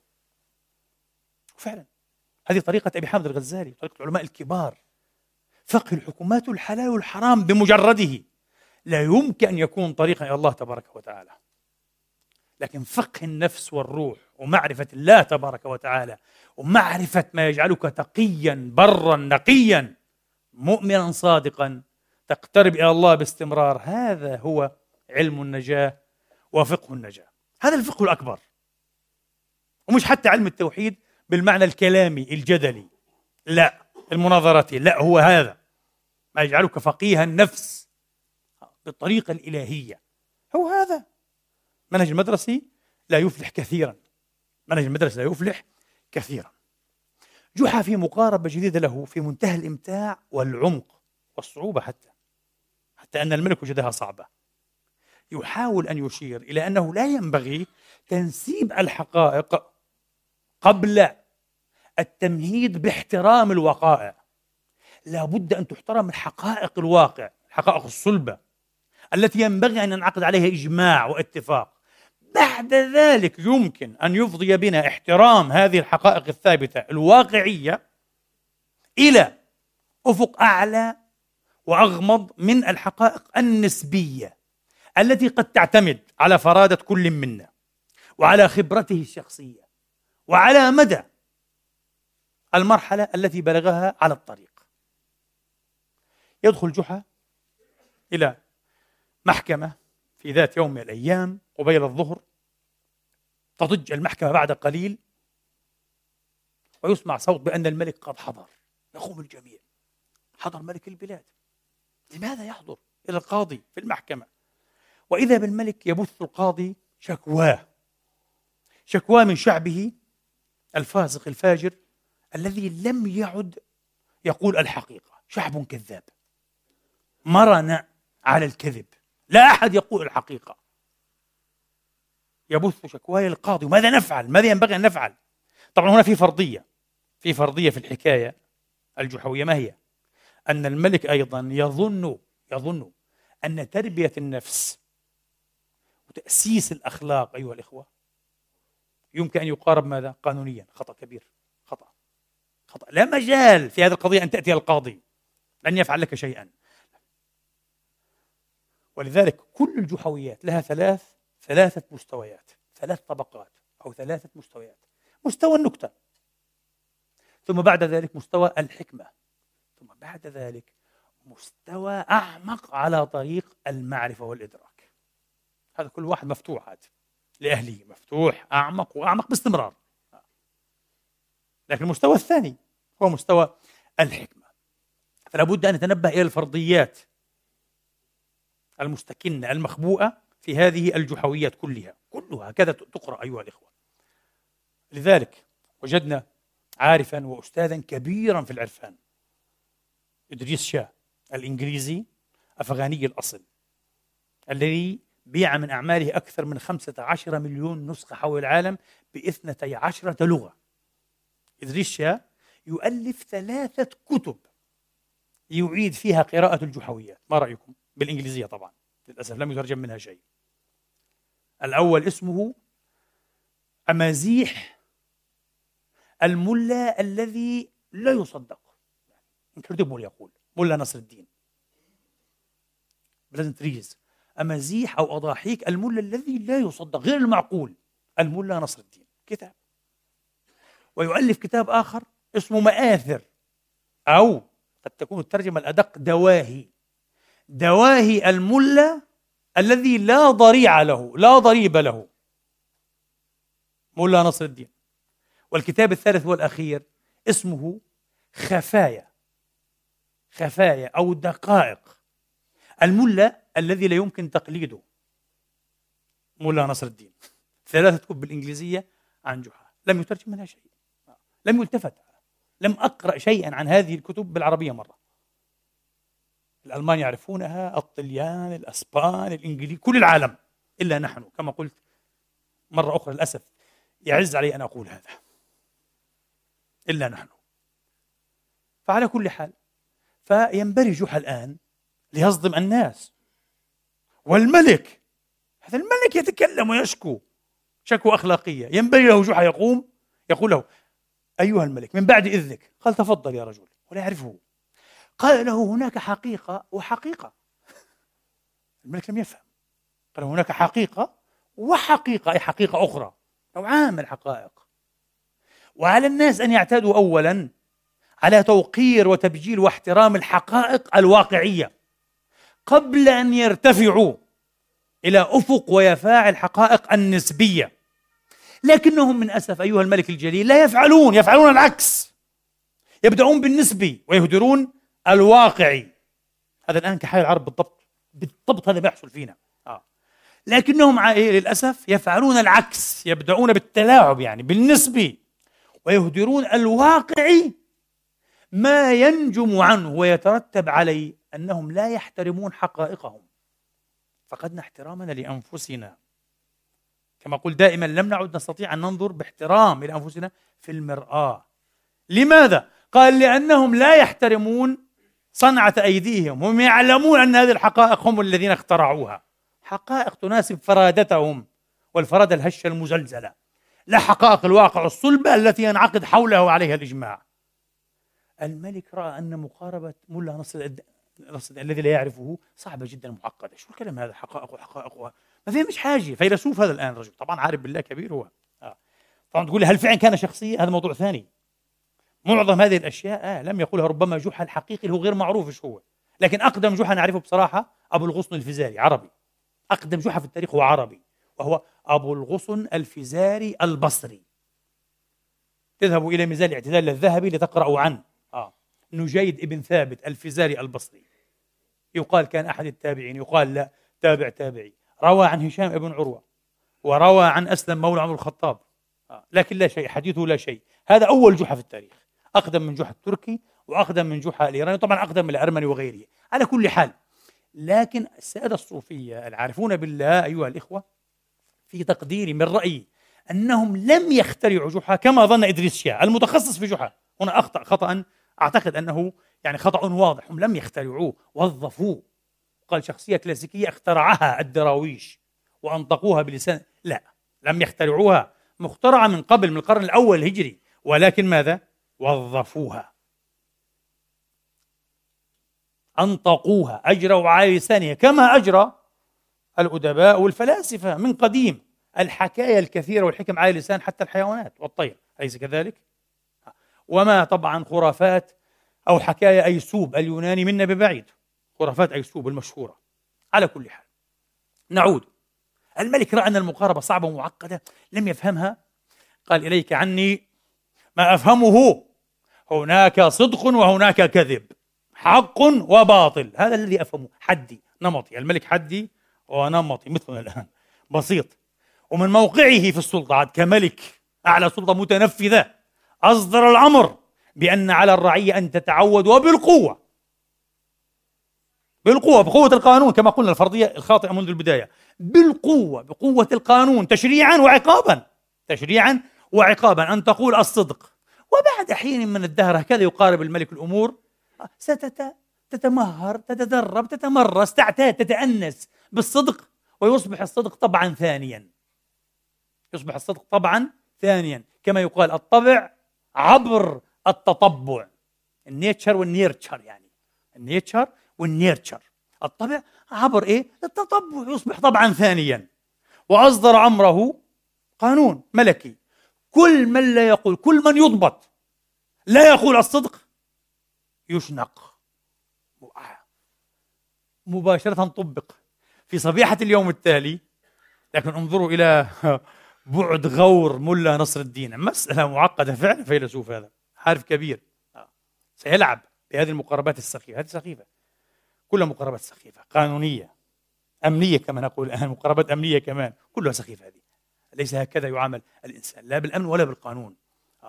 فعلا هذه طريقة أبي حامد الغزالي، طريقة العلماء الكبار. فقه الحكومات الحلال والحرام بمجرده لا يمكن أن يكون طريقا إلى الله تبارك وتعالى، لكن فقه النفس والروح ومعرفة الله تبارك وتعالى ومعرفة ما يجعلك تقيا برا نقيا مؤمنا صادقا تقترب إلى الله باستمرار، هذا هو علم النجاة وفقه النجاة. هذا الفقه الأكبر، ومش حتى علم التوحيد بالمعنى الكلامي الجدلي، لا المناظراتي، لا، هو هذا ما يجعلك فقيه النفس بالطريقة الإلهية. هو هذا منهج المدرسي لا يفلح كثيرا، منهج المدرسة لا يفلح كثيرا. جحا في مقاربة جديدة له في منتهى الإمتاع والعمق والصعوبة، حتى أن الملك وجدها صعبة. يحاول أن يشير إلى أنه لا ينبغي تنسيب الحقائق قبل التمهيد باحترام الوقائع. لا بد أن تحترم الحقائق الواقع، الحقائق الصلبة التي ينبغي أن ينعقد عليها إجماع واتفاق. بعد ذلك يمكن أن يفضي بنا احترام هذه الحقائق الثابتة الواقعية إلى أفق أعلى وأغمض من الحقائق النسبية التي قد تعتمد على فرادة كل منا وعلى خبرته الشخصية وعلى مدى المرحلة التي بلغها على الطريق. يدخل جحا إلى محكمة في ذات يوم من الأيام قبيل الظهر، تضج المحكمة بعد قليل ويسمع صوت بأن الملك قد حضر. يقوم الجميع، حضر ملك البلاد. لماذا يحضر إلى القاضي في المحكمة؟ وإذا بالملك يبث القاضي شكواه من شعبه الفاسق الفاجر الذي لم يعد يقول الحقيقة. شعب كذاب مرن على الكذب، لا أحد يقول الحقيقة. يبث شكواه للقاضي، ماذا نفعل؟ ماذا ينبغي أن نفعل؟ طبعا هنا في فرضية في الحكاية الجحوية. ما هي؟ أن الملك أيضا يظن أن تربية النفس وتأسيس الأخلاق أيها الإخوة يمكن أن يقارب ماذا؟ قانونيا. خطأ كبير، خطأ. لا مجال في هذه القضية أن تأتي القاضي، لن يفعل لك شيئا. ولذلك كل الجحويات لها ثلاثة مستويات، 3 طبقات أو 3 مستويات. مستوى النكتة، ثم بعد ذلك مستوى الحكمة، ثم بعد ذلك مستوى أعمق على طريق المعرفة والإدراك. هذا كل واحد مفتوح، هذا لأهله مفتوح، أعمق وأعمق باستمرار. لكن المستوى الثاني هو مستوى الحكمة. فلا بد أن نتنبه إلى الفرضيات المستكنة المخبوءة في هذه الجحويات كلها هكذا تقرأ أيها الإخوة. لذلك وجدنا عارفا وأستاذا كبيرا في العرفان، إدريس شاه الإنجليزي أفغاني الأصل، الذي بيع من أعماله أكثر من 15 مليون نسخة حول العالم ب12 لغة. إدريس شاه يؤلف 3 كتب يعيد فيها قراءة الجحويات. ما رأيكم؟ بالإنجليزية طبعا، للأسف لم يترجم منها شيء. الأول اسمه أمازيح الملا الذي لا يصدق، انكريديبل يقول ملا نصر الدين، بلازنتريز، أمازيح أو أضاحيك الملا الذي لا يصدق، غير المعقول، الملا نصر الدين كتاب. ويؤلف كتاب آخر اسمه مآثر، أو قد تكون الترجمة الأدق دواهي الملا الذي لا ضريع له، لا ضريب له، ملا نصر الدين. والكتاب الثالث والأخير اسمه خفايا أو دقائق الملا الذي لا يمكن تقليده، ملا نصر الدين. 3 كتب بالإنجليزية عن جحا، لم يترجم منها شيء، لم يلتفت، لم أقرأ شيئا عن هذه الكتب بالعربية مرة. الألمان يعرفونها، الطليان، الأسبان، الإنجليز، كل العالم، إلا نحن كما قلت مرة أخرى للأسف يعز علي أن أقول هذا، إلا نحن. فعلى كل حال، فينبري جحا الآن ليصدم الناس، والملك، هذا الملك يتكلم ويشكو شكوى أخلاقية، ينبغي له جحا يقول له: أيها الملك من بعد إذنك. قال: تفضل يا رجل، ولا يعرفه. قال له: هناك حقيقة وحقيقة. الملك لم يفهم. قال: هناك حقيقة وحقيقة، أي حقيقة أخرى، نوعان من الحقائق. وعلى الناس أن يعتادوا أولا على توقير وتبجيل واحترام الحقائق الواقعية قبل أن يرتفعوا إلى أفق ويفاع الحقائق النسبية. لكنهم من أسف أيها الملك الجليل لا يفعلون العكس، يبدأون بالنسبي ويهدرون الواقعي. هذا الآن كحال العرب بالضبط هذا بيحصل فينا. لكنهم للأسف يفعلون العكس، يبدأون بالتلاعب يعني بالنسبي، ويهدرون الواقعي، ما ينجم عنه ويترتب عليه أنهم لا يحترمون حقائقهم. فقدنا احترامنا لأنفسنا، كما قلت دائما لم نعد نستطيع أن ننظر باحترام إلى أنفسنا في المرآة. لماذا؟ قال: لأنهم لا يحترمون صنعة أيديهم، هم يعلمون أن هذه الحقائق هم الذين اخترعوها، حقائق تناسب فرادتهم والفرادة الهشة المزلزلة، لا حقائق الواقع الصلبة التي ينعقد حولها عليها الإجماع. الملك رأى أن مقاربة ملا نصر الدين الذي لا يعرفه صعبة جدا معقدة. شو الكلام هذا؟ حقائق ما فهمش حاجة، فيلسوف هذا الآن رجل طبعا عارف بالله كبير هو. طبعا تقول لي هل فعلا كان شخصية؟ هذا موضوع ثاني. معظم هذه الأشياء لم يقولها ربما جحا الحقيقي اللي هو غير معروف ايش هو، لكن أقدم جحا نعرفه بصراحة أبو الغصن الفزاري، عربي. أقدم جحا في التاريخ هو عربي، وهو أبو الغصن الفزاري البصري. تذهبوا إلى ميزان الاعتدال الذهبي لتقرأوا عنه. نجيد ابن ثابت الفزاري البصري، يقال كان أحد التابعين، يقال لا، تابعي، روى عن هشام ابن عروة، وروى عن أسلم مولى عمر الخطاب، لكن لا شيء، حديثه لا شيء. هذا أول جحا في التاريخ، أقدم من جحا التركي وأقدم من جحا الإيراني، طبعا أقدم من الأرمني وغيره. على كل حال، لكن السادة الصوفية العارفون بالله أيها الإخوة في تقديري من رأيي أنهم لم يخترعوا جحا كما ظن إدريس شاه المتخصص في جحا. هنا أخطأ خطأ أعتقد أنه يعني خطأ واضح. هم لم يخترعوه، وظفوه. قال شخصية كلاسيكية اخترعها الدراويش وأنطقوها بلسان، لا، لم يخترعوها، مخترعة من قبل، من القرن الأول الهجري، ولكن ماذا؟ وظفوها، أنطقوها، أجروا على لسانها كما أجرى الأدباء والفلاسفة من قديم الحكاية الكثيرة والحكم على لسان حتى الحيوانات والطير، أليس كذلك؟ وما طبعا خرافات أو حكاية أيسوب اليوناني منا ببعيد، خرافات أيسوب المشهورة. على كل حال، نعود. الملك رأى أن المقاربة صعبة ومعقدة، لم يفهمها. قال: إليك عني ما أفهمه، هناك صدق وهناك كذب، حق وباطل، هذا الذي أفهمه، حدي نمطي. الملك حدي ونمطي مثلنا الآن، بسيط. ومن موقعه في السلطة عاد كملك أعلى سلطة متنفذة، أصدر الأمر بأن على الرعية أن تتعود، وبالقوة، بقوة القانون، كما قلنا الفرضية الخاطئة منذ البداية، بقوة القانون، تشريعا وعقابا، أن تقول الصدق. وبعد حين من الدهر، هكذا يقارب الملك الأمور، تتمهر، تتدرب، تتمرس، تعتاد، تتأنس بالصدق، ويصبح الصدق طبعا ثانيا. يصبح الصدق طبعا ثانيا، كما يقال الطبع عبر التطبع. النيتشر والنيرتشر، يعني النيتشر والنيرتشر، الطبع عبر ايه؟ التطبع، يصبح طبعا ثانيا. وأصدر أمره قانون ملكي: كل من لا يقول، كل من يضبط لا يقول الصدق يشنق. مباشرة طبق في صبيحة اليوم التالي. لكن انظروا إلى بعد غور ملا نصر الدين، مسألة معقدة فعلا. فيلسوف هذا حارف كبير سيلعب بهذه المقاربات السخيفة. هذه سخيفة، كلها مقاربات سخيفة، قانونية، أمنية كما نقول الآن، مقاربات أمنية كمان، كلها سخيفة. هذه ليس هكذا يعامل الإنسان، لا بالأمن ولا بالقانون.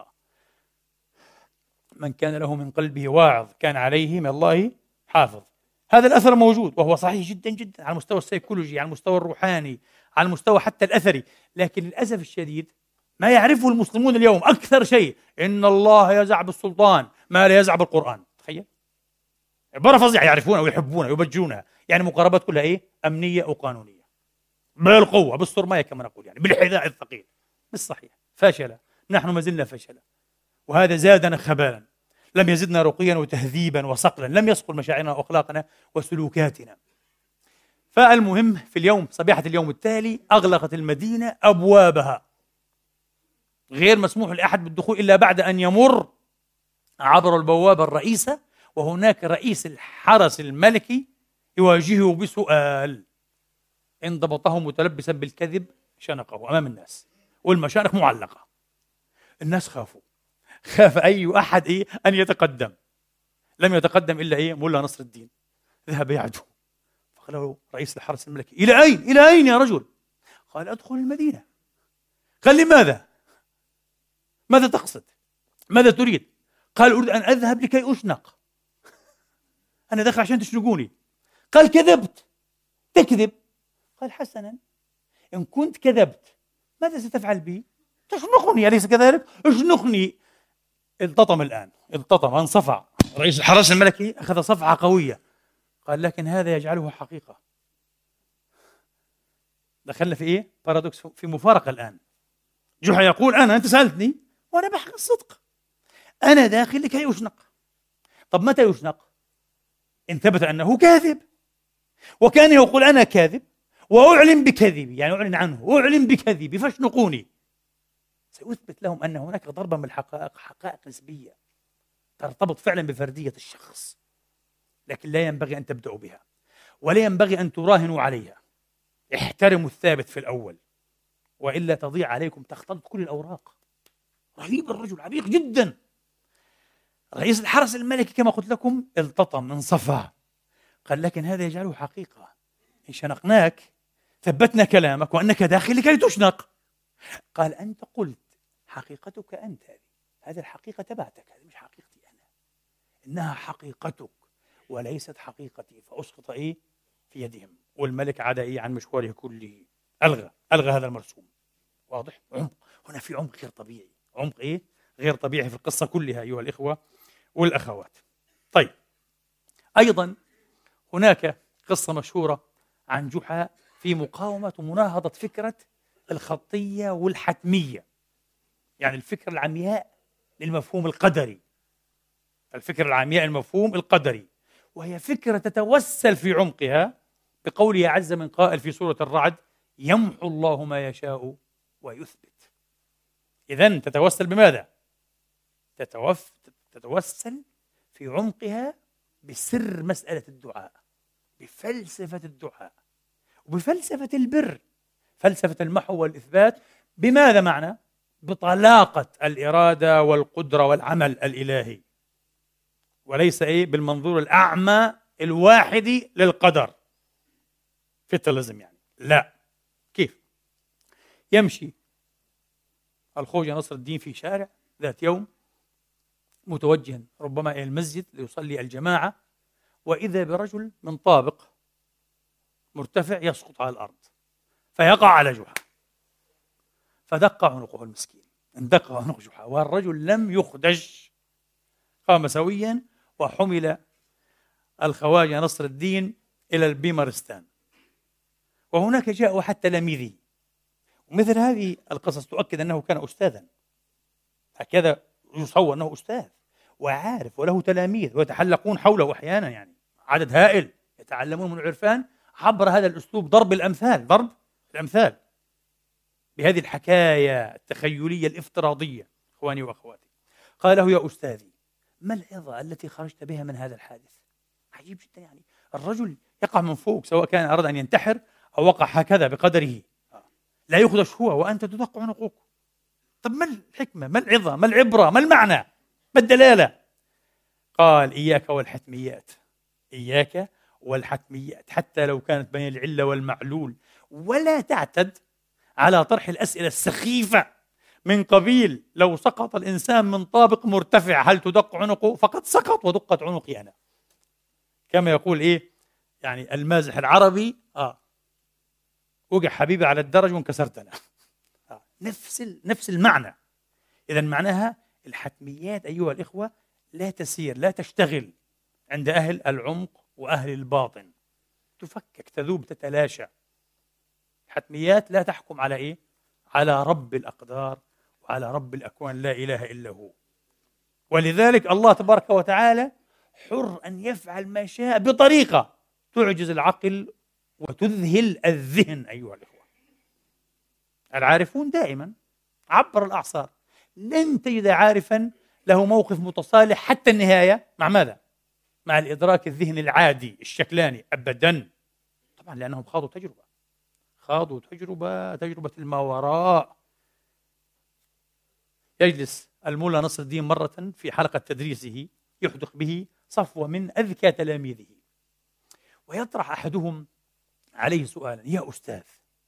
من كان له من قلبه واعظ كان عليه من الله حافظ. هذا الأثر موجود وهو صحيح جدا جدا على المستوى السيكولوجي، على المستوى الروحاني، على المستوى حتى الأثري. لكن للأسف الشديد ما يعرفه المسلمون اليوم أكثر شيء: إن الله يزع بالسلطان ما لا يزع بالقرآن. تخيل، عبارة فظيعة يعرفونها ويحبونها ويبجونها. يعني مقاربات كلها إيه؟ أمنية وقانونية، بالقوة، بالصرماية كما نقول، يعني بالحذاء الثقيل. مش صحيح، فاشلة، نحن ما زلنا فشلة، وهذا زادنا خبالا، لم يزدنا رقيا وتهذيبا وصقلا، لم يصقل مشاعرنا وأخلاقنا وسلوكاتنا. فالمهم في اليوم، صبيحة اليوم التالي، أغلقت المدينة أبوابها، غير مسموح لأحد بالدخول إلا بعد أن يمر عبر البوابة الرئيسة، وهناك رئيس الحرس الملكي يواجهه بسؤال. إن ضبطه متلبسا بالكذب شنقه أمام الناس، والمشانق معلقة. الناس خافوا، خاف أي أحد أن يتقدم. لم يتقدم إلا ملا نصر الدين، ذهب يعدو. فقال له رئيس الحرس الملكي: إلى أين؟ إلى أين يا رجل؟ قال: أدخل المدينة. قال: لماذا؟ ماذا تقصد؟ ماذا تريد؟ قال: أريد أن أذهب لكي أشنق. أنا داخل عشان تشنقوني. قال: كذبت. تكذب. قال: حسنا، إن كنت كذبت ماذا ستفعل بي؟ تشنقني، أليس كذلك؟ اشنقني. التطم الآن، التطم، انصفع. رئيس الحرس الملكي أخذ صفعة قوية. قال: لكن هذا يجعله حقيقة. دخلنا في بارادوكس، في مفارقة الآن. جحا يقول: أنت سألتني وأنا بحق الصدق، أنا داخل لكي أشنق. طب متى يشنق؟ إن ثبت أنه كاذب، وكان يقول: أنا كاذب وأعلن بكذبي، يعني أعلن عنه، أعلن بكذبي فاشنقوني. سأثبت لهم أن هناك ضربا من الحقائق، حقائق نسبية ترتبط فعلا بفردية الشخص، لكن لا ينبغي أن تبدأوا بها، ولا ينبغي أن تراهنوا عليها. احترموا الثابت في الأول، وإلا تضيع عليكم، تختلط كل الأوراق. رهيب الرجل، عميق جدا. رئيس الحرس الملكي كما قلت لكم التطم، انصفع. قال: لكن هذا يجعله حقيقة. إن شنقناك ثبتنا كلامك وأنك داخل لكي تشنق. قال: أنت قلت حقيقتك أنت، هذه الحقيقة تبعتك، هذه مش حقيقتي أنا، إنها حقيقتك وليست حقيقتي. فأسقط في يدهم، والملك عاد عن مشواره كله، ألغى هذا المرسوم. واضح؟ عمق هنا، في عمق غير طبيعي، عمق غير طبيعي في القصة كلها أيها الإخوة والأخوات. طيب، أيضا هناك قصة مشهورة عن جحا في مقاومة ومناهضة فكرة الخطية والحتمية، يعني الفكرة العمياء للمفهوم القدري، الفكرة العمياء المفهوم القدري، وهي فكرة تتوسل في عمقها بقوله عز من قائل في سورة الرعد: يمحو الله ما يشاء ويثبت. إذن تتوسل بماذا؟ تتوسل في عمقها بسر مسألة الدعاء، بفلسفة الدعاء، وبفلسفة البر، فلسفة المحو والإثبات. بماذا معنى؟ بطلاقة الإرادة والقدرة والعمل الإلهي، وليس بالمنظور الأعمى الواحد للقدر، فتلزم يعني. لا، كيف؟ يمشي الخوجة نصر الدين في شارع ذات يوم متوجها ربما إلى المسجد ليصلي الجماعة، وإذا برجل من طابق مرتفع يسقط على الأرض فيقع على جحا، فدق عنقه المسكين، اندق عنق جحا، والرجل لم يخدش، قام سويا وحمل الخواجة نصر الدين إلى البيمارستان، وهناك جاء أحد تلاميذه. ومثل هذه القصص تؤكد أنه كان أستاذا، هكذا يصور أنه أستاذ وعارف وله تلاميذ ويتحلقون حوله أحيانا، يعني عدد هائل يتعلمون من العرفان عبر هذا الأسلوب، ضرب الأمثال بهذه الحكاية التخيلية الافتراضية. إخواني وأخواتي، قال له: يا أستاذي، ما العظة التي خرجت بها من هذا الحادث؟ عجيب جدا، يعني الرجل يقع من فوق، سواء كان أراد أن ينتحر أو وقع هكذا بقدره، لا يخدش هو وأنت تدق عنقك. طب ما الحكمة؟ ما العظة؟ ما العبرة؟ ما المعنى؟ ما الدلالة؟ قال: إياك والحتميات، إياك والحتميات، حتى لو كانت بين العلة والمعلول، ولا تعتد على طرح الأسئلة السخيفة من قبيل: لو سقط الإنسان من طابق مرتفع هل تدق عنقه؟ فقد سقط ودقت عنقي أنا. كما يقول يعني المازح العربي: وقع حبيبي على الدرج وانكسرت أنا. نفس المعنى. إذا معناها الحتميات أيها الإخوة لا تسير، لا تشتغل عند أهل العمق وأهل الباطن، تفكك، تذوب، تتلاشى. الحتميات لا تحكم على على رب الأقدار وعلى رب الأكوان، لا إله إلا هو. ولذلك الله تبارك وتعالى حر أن يفعل ما شاء بطريقة تعجز العقل وتذهل الذهن. أيها الإخوة، العارفون دائما عبر الأعصار، لن تجد عارفا له موقف متصالح حتى النهاية مع ماذا؟ مع الإدراك الذهني العادي الشكلاني، أبدا. طبعا لأنهم خاضوا تجربة الماوراء. يجلس المولى نصر الدين مرة في حلقة تدريسه يحدق به صفوة من أذكى تلاميذه، ويطرح أحدهم عليه سؤالا: يا أستاذ،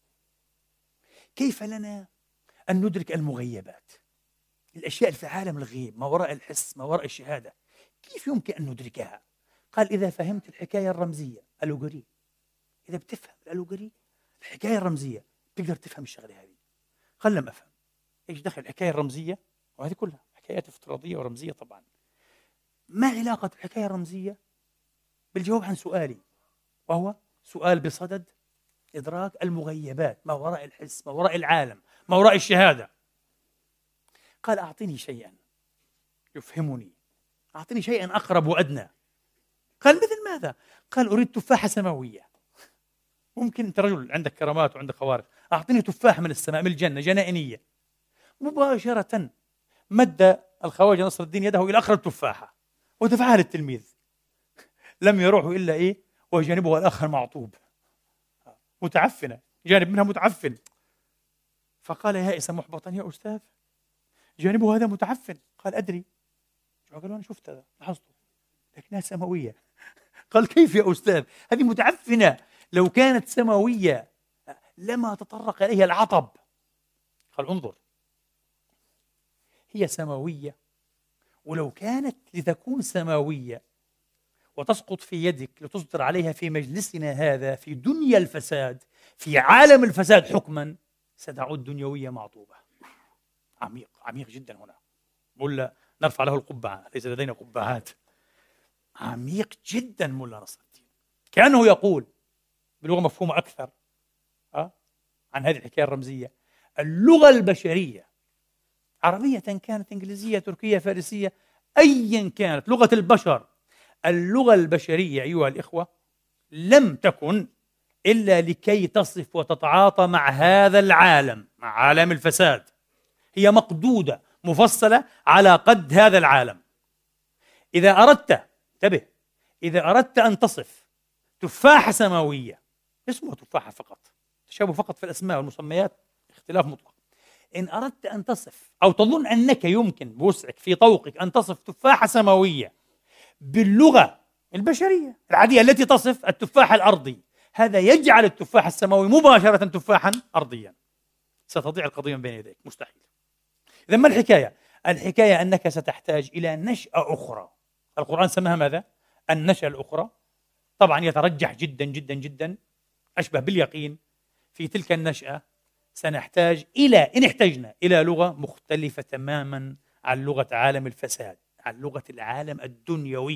كيف لنا أن ندرك المغيبات، الأشياء في عالم الغيب، ما وراء الحس، ما وراء الشهادة، كيف يمكن أن ندركها؟ قال: إذا فهمت الحكاية الرمزية، الألوغوري، إذا بتفهم الألوغوري، الحكاية الرمزية، تقدر تفهم الشغلة هذه. قال: لم أفهم. إيش دخل الحكاية الرمزية؟ وهذه كلها حكايات افتراضية ورمزية طبعا. ما علاقة الحكاية الرمزية بالجواب عن سؤالي، وهو سؤال بصدد إدراك المغيبات، ما وراء الحس، ما وراء العالم، ما وراء الشهادة؟ قال: أعطني شيئا يفهمني، أعطني شيئا أقرب وأدنى. قال: مثل ماذا؟ قال: أريد تفاحة سماوية. ممكن أنت رجل عندك كرامات وعندك خوارق، أعطني تفاحة من السماء، من الجنة، جنائنية. مباشرة مد الخواجة نصر الدين يده إلى أقرب تفاحة ودفعها للتلميذ. لم يروح إلا وجانبه الآخر معطوب، متعفنة، جانب منها متعفن. فقال يائسا محبطا: يا أستاذ، جانبه هذا متعفن. قال: أدري. قال: أنا شفت هذا، لاحظته، لكنها سماوية. قال: كيف يا أستاذ؟ هذه متعفنة، لو كانت سماوية لما تطرق إليها العطب. قال: انظر، هي سماوية، ولو كانت لتكون سماوية وتسقط في يدك لتصدر عليها في مجلسنا هذا، في دنيا الفساد، في عالم الفساد حكما، ستعود دنيوية معطوبة. عميق جدا هنا، ولا نرفع له القبعة، ليس لدينا قبعات. عميق جدا مولا نصر الدين، كأنه يقول بلغة مفهومة أكثر عن هذه الحكاية الرمزية: اللغة البشرية، عربية كانت، إنجليزية، تركية، فارسية، أيا كانت لغة البشر، اللغة البشرية أيها الإخوة لم تكن إلا لكي تصف وتتعاطى مع هذا العالم، مع عالم الفساد. هي مقدودة مفصلة على قد هذا العالم. إذا أردت، انتبه، إذا أردت أن تصف تفاحة سماوية، اسمها تفاحة فقط، تشابه فقط في الأسماء والمسميات، اختلاف مطلق. إن أردت أن تصف أو تظن أنك يمكن بوسعك في طوقك أن تصف تفاحة سماوية باللغة البشرية العادية التي تصف التفاح الأرضي، هذا يجعل التفاح السماوي مباشرة تفاحا أرضيا. ستضيع القضية من بين يديك، مستحيل. إذا ما الحكاية؟ الحكاية أنك ستحتاج إلى نشأة أخرى. القرآن سماها ماذا؟ النشأة الأخرى. طبعا يترجح جدا جدا جدا، أشبه باليقين في تلك النشأة سنحتاج إن احتجنا إلى لغة مختلفة تماما عن لغة عالم الفساد، عن لغة العالم الدنيوي،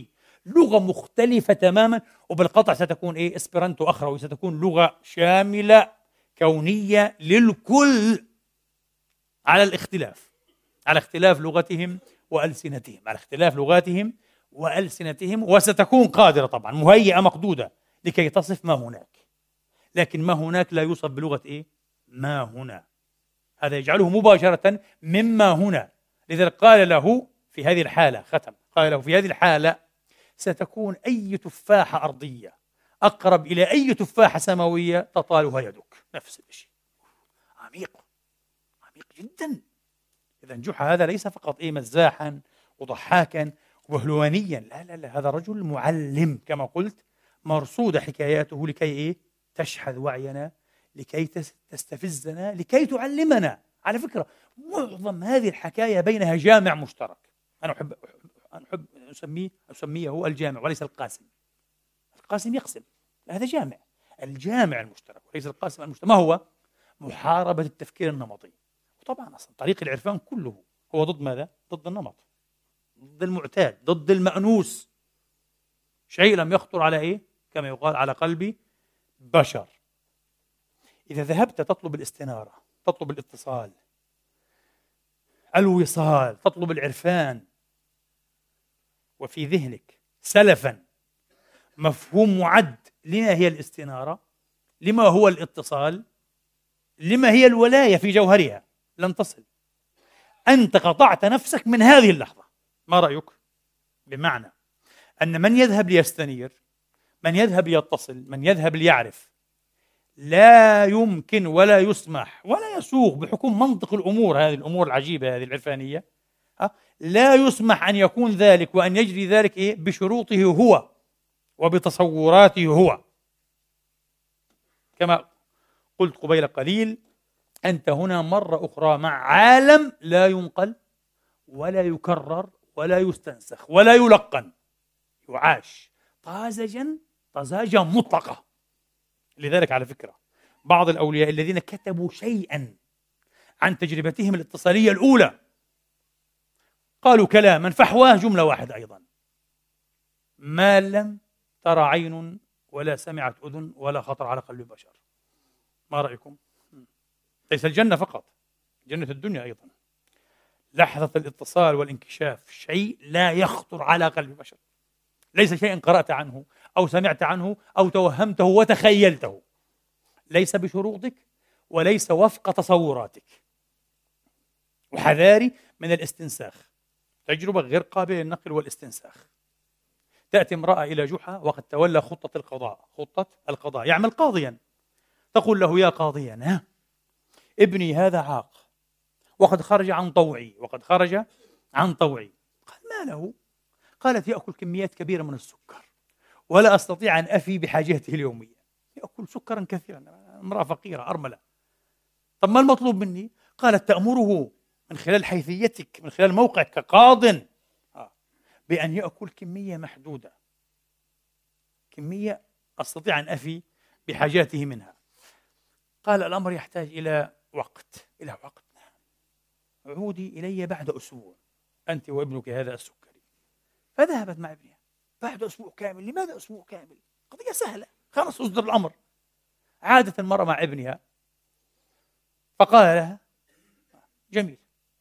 لغة مختلفة تماما، وبالقطع ستكون إيه؟ إسبرانتو أخروي، ستكون لغة شاملة كونية للكل، على الاختلاف، على اختلاف لغتهم وألسنتهم، على اختلاف لغاتهم وألسنتهم، وستكون قادرة طبعا مهيئة مقدودة لكي تصف ما هناك. لكن ما هناك لا يوصف بلغة إيه؟ ما هنا. هذا يجعله مباشرة مما هنا. لذلك قال له في هذه الحالة، ختم، قال له في هذه الحالة ستكون أي تفاحة أرضية أقرب إلى أي تفاحة سماوية تطالها يدك. نفس الشيء، عميق، عميق جدا. إذا جحا هذا ليس فقط إيه مزاحا وضحاكا وهلوانيا، لا لا لا، هذا رجل معلم كما قلت، مرصودة حكاياته لكي إيه؟ تشحذ وعينا، لكي تستفزنا، لكي تعلمنا. على فكرة معظم هذه الحكاية بينها جامع مشترك. أنا أحب أسميه هو الجامع وليس القاسم. القاسم يقسم، هذا جامع. الجامع المشترك وليس القاسم المشترك ما هو؟ محاربة التفكير النمطي. وطبعا أصلا طريق العرفان كله هو ضد ماذا؟ ضد النمط، ضد المعتاد، ضد المأنوس. شيء لم يخطر على إيه؟ كما يقال على قلب بشر. إذا ذهبت تطلب الاستنارة، تطلب الاتصال، الوصال، تطلب العرفان، وفي ذهنك سلفا مفهوم معد لما هي الاستنارة، لما هو الاتصال، لما هي الولاية في جوهرها، لن تصل. أنت قطعت نفسك من هذه اللحظة. ما رأيك؟ بمعنى أن من يذهب ليستنير، من يذهب ليتصل، من يذهب ليعرف، لا يمكن ولا يسمح ولا يسوغ بحكم منطق الأمور، هذه الأمور العجيبة هذه العرفانية، لا يسمح أن يكون ذلك وأن يجري ذلك إيه؟ بشروطه هو وبتصوراته هو. كما قلت قبيل قليل، أنت هنا مرة أخرى مع عالم لا ينقل ولا يكرر ولا يستنسخ ولا يلقن، يعاش طازجا طزاجة مطلقة. لذلك على فكرة بعض الأولياء الذين كتبوا شيئا عن تجربتهم الاتصالية الأولى قالوا كلاما فحواه جملة واحدة أيضا: ما لم ترى عين ولا سمعت أذن ولا خطر على قلب بشر. ما رأيكم؟ ليس الجنة فقط، جنة الدنيا أيضا. لحظة الاتصال والانكشاف شيء لا يخطر على قلب بشر، ليس شيئا قرأت عنه أو سمعت عنه أو توهمته وتخيلته، ليس بشروطك وليس وفق تصوراتك. وحذاري من الاستنساخ، تجربة غير قابلة للنقل والاستنساخ. تأتي امرأة إلى جحا وقد تولى خطة القضاء، يعمل قاضيا، تقول له: يا قاضيا، ابني هذا عاق وقد خرج عن طوعي. قال: ما له؟ قالت: يأكل كميات كبيرة من السكر ولا أستطيع أن أفي بحاجاته اليومية. يأكل سكرا كثيرا، امرأة فقيرة أرملة. طب ما المطلوب مني؟ قالت: تأمره من خلال حيثيتك، من خلال موقعك كقاض، بأن يأكل كمية محدودة، كمية أستطيع أن أفي بحاجاته منها. قال: الأمر يحتاج إلى وقت. عودي إلي بعد أسبوع أنت وابنك هذا السكري. فذهبت مع ابنها بعد أسبوع كامل. لماذا أسبوع كامل؟ قضية سهلة، خلاص أصدر الأمر. عادت المرأة مع ابنها فقال لها: جميل،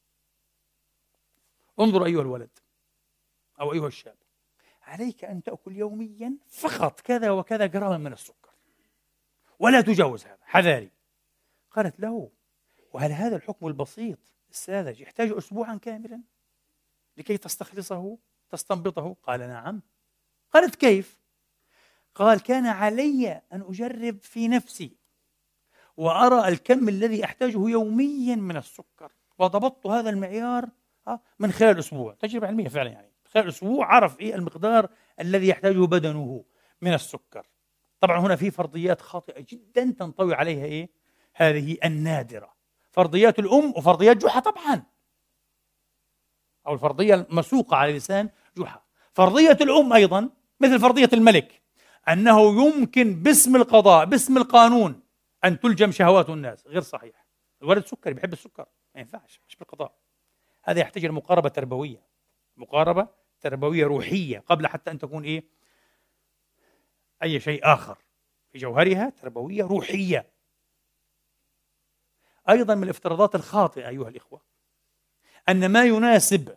انظر أيها الولد أو أيها الشاب، عليك أن تأكل يوميا فقط كذا وكذا جراما من السكر ولا تجاوز هذا، حذاري. قالت له: وهل هذا الحكم البسيط الساذج يحتاج أسبوعا كاملا لكي تستنبطه؟ قال: نعم. قالت: كيف؟ قال: كان علي أن أجرب في نفسي وأرى الكم الذي أحتاجه يوميا من السكر، وضبطت هذا المعيار من خلال أسبوع. تجربة علمية فعلا، يعني خلال أسبوع عرف المقدار الذي يحتاجه بدنه من السكر. طبعا هنا في فرضيات خاطئة جدا تنطوي عليها هذه النادرة، فرضيات الأم وفرضيات جحا طبعا، أو الفرضية المسوقة على لسان جحا. فرضية الأم أيضا مثل فرضية الملك، أنه يمكن باسم القضاء، باسم القانون، أن تلجم شهوات الناس. غير صحيح. الولد سكري بيحب السكر، ما ينفعش، مش بالقضاء. هذا يحتاج إلى مقاربة تربوية، مقاربة تربوية روحية قبل حتى أن تكون إيه؟ أي شيء آخر. في جوهرها تربوية روحية. أيضا من الافتراضات الخاطئة أيها الإخوة أن ما يناسب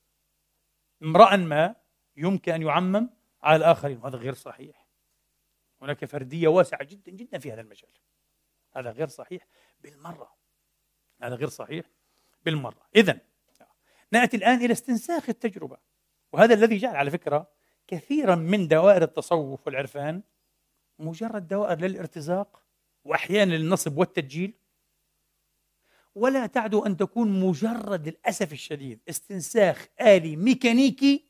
امرأ ما يمكن أن يعمم على الآخرين، وهذا غير صحيح. هناك فردية واسعة جدا جدا في هذا المجال. هذا غير صحيح بالمرة. هذا غير صحيح بالمرة. إذن نأتي الآن إلى استنساخ التجربة، وهذا الذي جعل على فكرة كثيرا من دوائر التصوف والعرفان مجرد دوائر للارتزاق وأحيانا للنصب والتدجيل، ولا تعدو أن تكون مجرد للأسف الشديد استنساخ آلي ميكانيكي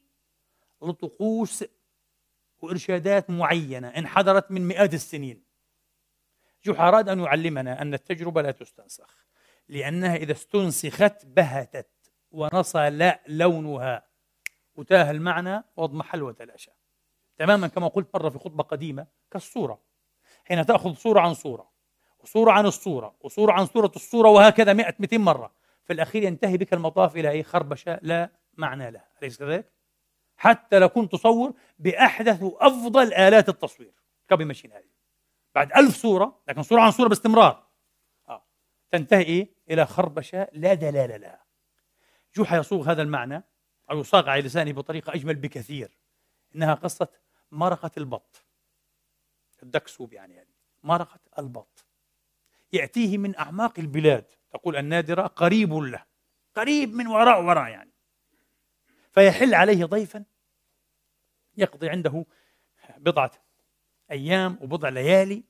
لطقوس وإرشادات معينة انحدرت من مئات السنين. جحا أراد أن يعلمنا أن التجربة لا تستنسخ، لأنها إذا استنسخت بهتت ونصل لونها وتاه المعنى واضمحل وتلاشى، تماما كما قلت مرة في خطبة قديمة كالصورة. حين تأخذ صورة عن صورة وصورة عن الصورة وصورة عن صورة الصورة وهكذا 100-200 مرة، في الأخير ينتهي بك المطاف إلى أي خربشة لا معنى لها، أليس كذلك؟ حتى لو كنت تصور بأحدث وأفضل آلات التصوير كوبي ماشين هذه بعد 1000 صورة، لكن صورة عن صورة باستمرار تنتهي إيه؟ إلى خربشة لا دلالة لها. جحا يصوغ هذا المعنى أو يصاغ على لسانه بطريقة أجمل بكثير، إنها قصة مرقة البط، الدكسوب يعني هذه مرقة البط، يأتيه من أعماق البلاد، تقول النادرة قريب له، قريب من وراء يعني، فيحل عليه ضيفا يقضي عنده بضعة أيام وبضع ليالي،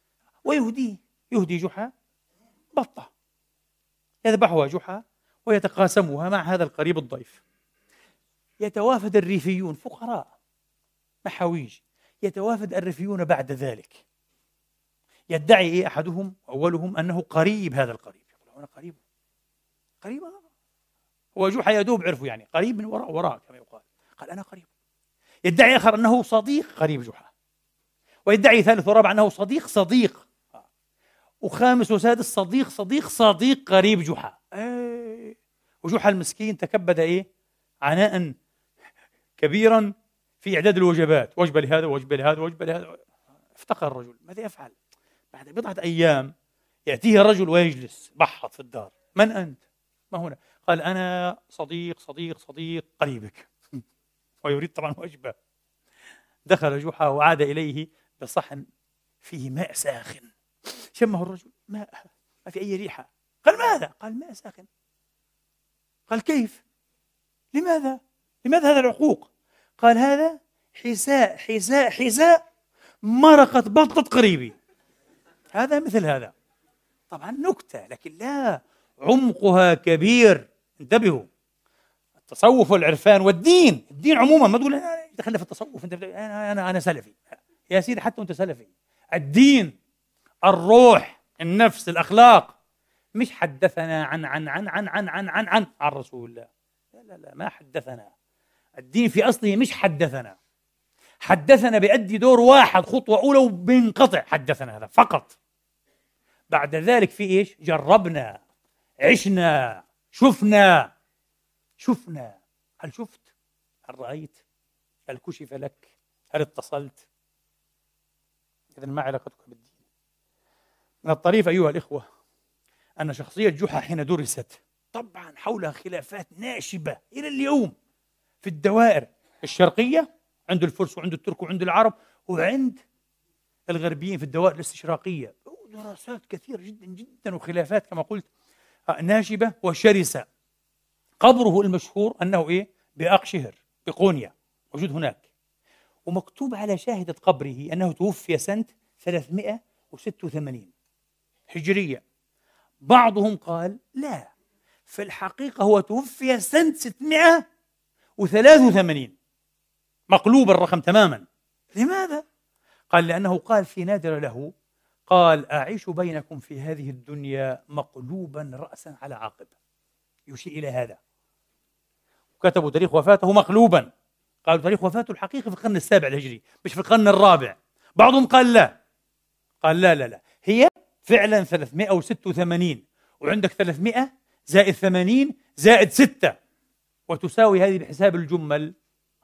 يهدي جحا بطة يذبحها جحا ويتقاسمها مع هذا القريب الضيف. يتوافد الريفيون فقراء محاويج، يتوافد الريفيون بعد ذلك، يدعي أحدهم أولهم أنه قريب هذا القريب، يقول أنا قريب هو جحا يدوب عرفه يعني قريب من وراء كما يقال، قال أنا قريب. يدعي آخر أنه صديق قريب جحا، ويدعي ثالث ورابع أنه صديق وخامس وسادس صديق قريب جحا. وجحا المسكين تكبد عناء كبيرا في إعداد الوجبات، وجبة لهذا وجبة لهذا. افتقر الرجل، ماذا يفعل؟ بعد بضعة أيام يأتيه الرجل ويجلس بحث في الدار، من أنت؟ ما هنا؟ قال أنا صديق قريبك ويريد طبعا وجبة. دخل جحا وعاد إليه بصحن فيه ماء ساخن، شمه الرجل، ماء ما في أي ريحة. قال ماذا؟ قال ماء ساخن. قال كيف؟ لماذا هذا العقوق؟ قال هذا حساء مرقة بطة قريبي، هذا مثل هذا. طبعا نكتة، لكن لا، عمقها كبير. انتبهوا، التصوف والعرفان والدين، الدين عموما، ما تقول أنا دخلنا في التصوف أنا سلفي، يا سيدي حتى أنت سلفي. الدين، الروح، النفس، الأخلاق، مش حدثنا عن رسول الله، لا ما حدثنا. الدين في أصله مش حدثنا بيأدي دور واحد، خطوة أولى وبينقطع، حدثنا هذا فقط. بعد ذلك في إيش؟ جربنا، عشنا، شفنا. هل شفت؟ هل رأيت؟ هل كشف لك؟ هل اتصلت؟ إذن ما علاقتك بالدين؟ من الطريف أيها الإخوة أن شخصية جحا حين درست طبعا حولها خلافات ناشبة إلى اليوم في الدوائر الشرقية، عند الفرس وعند الترك وعند العرب وعند الغربيين في الدوائر الاستشراقية، دراسات كثيرة جدا جدا وخلافات كما قلت ناشبة وشرسة. قبره المشهور أنه بأقشهر بقونيا، موجود هناك، ومكتوب على شاهدة قبره أنه توفي سنة 386 هجرية. بعضهم قال لا، في الحقيقة هو توفي سنة 683، مقلوب الرقم تماما. لماذا؟ قال لأنه قال في نادر له، قال أعيش بينكم في هذه الدنيا مقلوبا رأسا على عقب، يشير إلى هذا. وكتبوا تاريخ وفاته مقلوبا، قالوا تاريخ وفاته الحقيقي في القرن السابع الهجري مش في القرن الرابع. بعضهم قال لا، هي فعلا 386، وعندك 300 زائد 80 زائد 6 وتساوي هذه بحساب الجمل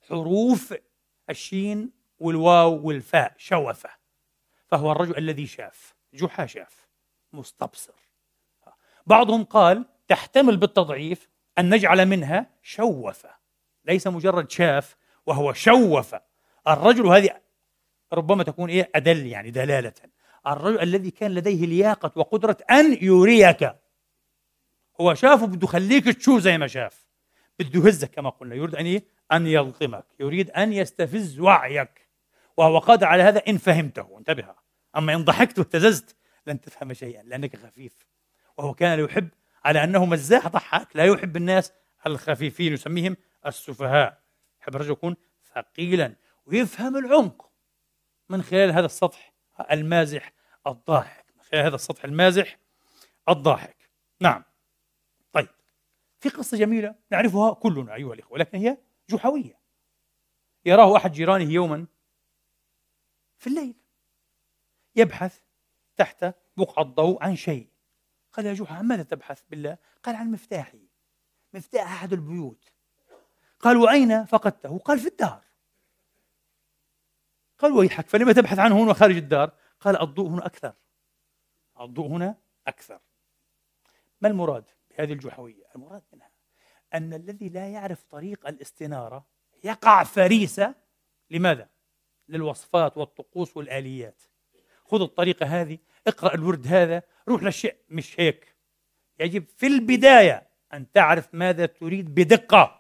حروف الشين والواو والفاء، شوفة. فهو الرجل الذي شاف، جحا شاف، مستبصر. بعضهم قال تحتمل بالتضعيف أن نجعل منها شوفة، ليس مجرد شاف وهو شوفة. الرجل، هذه ربما تكون أدل يعني دلالة، الرجل الذي كان لديه لياقة وقدرة أن يريك. هو شاف وبده يخليك تشوف زي ما شاف، بده يهزك كما قلنا، يريد أن يلطمك، يريد أن يستفز وعيك، وهو قادر على هذا إن فهمته. انتبه، أما إن ضحكت واهتززت لن تفهم شيئا لأنك خفيف. وهو كان يحب، على أنه مزاح ضحك، لا يحب الناس الخفيفين، يسميهم السفهاء. يحب الرجل يكون ثقيلا ويفهم العمق من خلال هذا السطح المازح الضاحك، من خلال هذا السطح المازح الضاحك. نعم. طيب، في قصة جميلة نعرفها كلنا أيها الإخوة، ولكن هي جحوية. يراه أحد جيرانه يوما في الليل يبحث تحت بقعة ضوء عن شيء. قال: يا جحا، عن ماذا تبحث بالله؟ قال: عن مفتاحي، مفتاح أحد البيوت. قال: وأين فقدته؟ قال: في الدار. قال: ويحك، فلما تبحث عنه هنا خارج الدار؟ قال: الضوء هنا أكثر، الضوء هنا أكثر. ما المراد بهذه الجحوية؟ المراد منها أن الذي لا يعرف طريق الاستنارة يقع فريسة. لماذا؟ للوصفات والطقوس والآليات. خذ الطريقة هذه، اقرأ الورد هذا، روح للشيء. مش هيك. يجب في البداية أن تعرف ماذا تريد بدقة،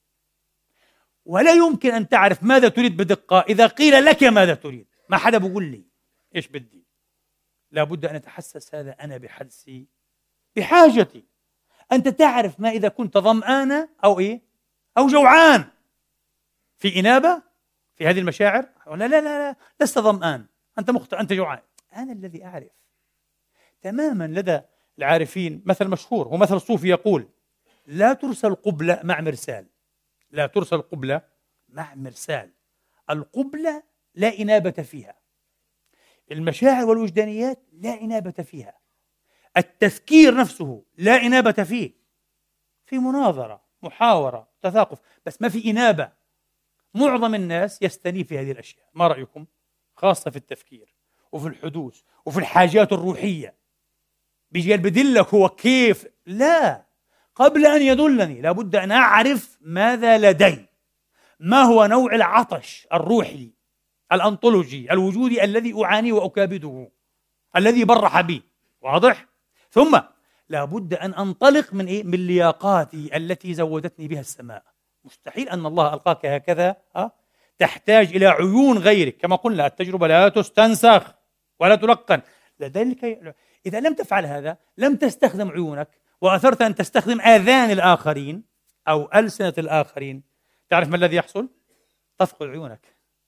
ولا يمكن أن تعرف ماذا تريد بدقة إذا قيل لك ماذا تريد. ما حدا بيقول لي إيش بدي. لابد أن أتحسس هذا أنا بحدسي، بحاجتي. أنت تعرف ما إذا كنت ظمآن أو جوعان. في إنابة في هذه المشاعر؟ لا لا لا، لست ظمآن، أنت مخطئ، أنت جوعان. أنا الذي أعرف تماما. لدى العارفين مثل مشهور، هو مثل صوفي يقول: لا ترسل قبلة مع مرسال. لا ترسل قبلة مع مرسال. القبلة لا إنابة فيها، المشاعر والوجدانيات لا إنابة فيها، التفكير نفسه لا إنابة فيه. في مناظرة، محاورة، تثاقف، بس ما في إنابة. معظم الناس يستنيب في هذه الأشياء. ما رأيكم؟ خاصة في التفكير وفي الحدوث وفي الحاجات الروحية. بيجي بدلك هو كيف؟ لا، قبل أن يدلني لابد أن أعرف ماذا لدي، ما هو نوع العطش الروحي الأنطولوجي الوجودي الذي أعاني وأكابده، الذي برح بي. واضح؟ ثم لابد أن أنطلق من لياقاتي التي زودتني بها السماء. مستحيل أن الله ألقاك هكذا تحتاج إلى عيون غيرك. كما قلنا التجربة لا تستنسخ ولا تلقن. لذلك إذا لم تفعل هذا، لم تستخدم عيونك وأثرت أن تستخدم آذان الآخرين أو ألسنة الآخرين، تعرف ما الذي يحصل؟ تفقد عيونك.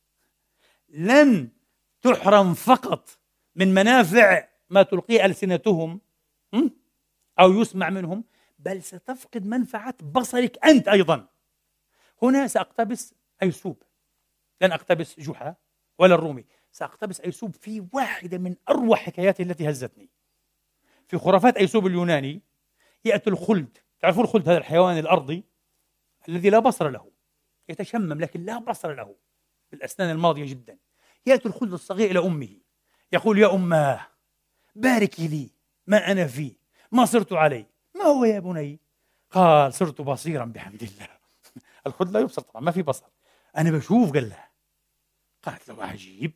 لن تحرم فقط من منافع ما تلقيه ألسنتهم أو يسمع منهم، بل ستفقد منفعة بصرك أنت أيضا. هنا سأقتبس أيسوب، لن أقتبس جحا ولا الرومي، سأقتبس أيسوب في واحدة من أروع حكاياته التي هزتني. في خرافات أيسوب اليوناني يأتي الخلد. تعرفون الخلد هذا الحيوان الأرضي الذي لا بصر له، يتشمم لكن لا بصر له، بالأسنان الماضية جدا. يأتي الخلد الصغير إلى أمه يقول: يا أماه، باركي لي ما أنا فيه، ما صرت عليه. ما هو يا بني؟ قال: صرت بصيرا بحمد الله. الخلد لا يبصر طبعا، ما في بصر. أنا بشوف. قال لها. قالت له: عجيب،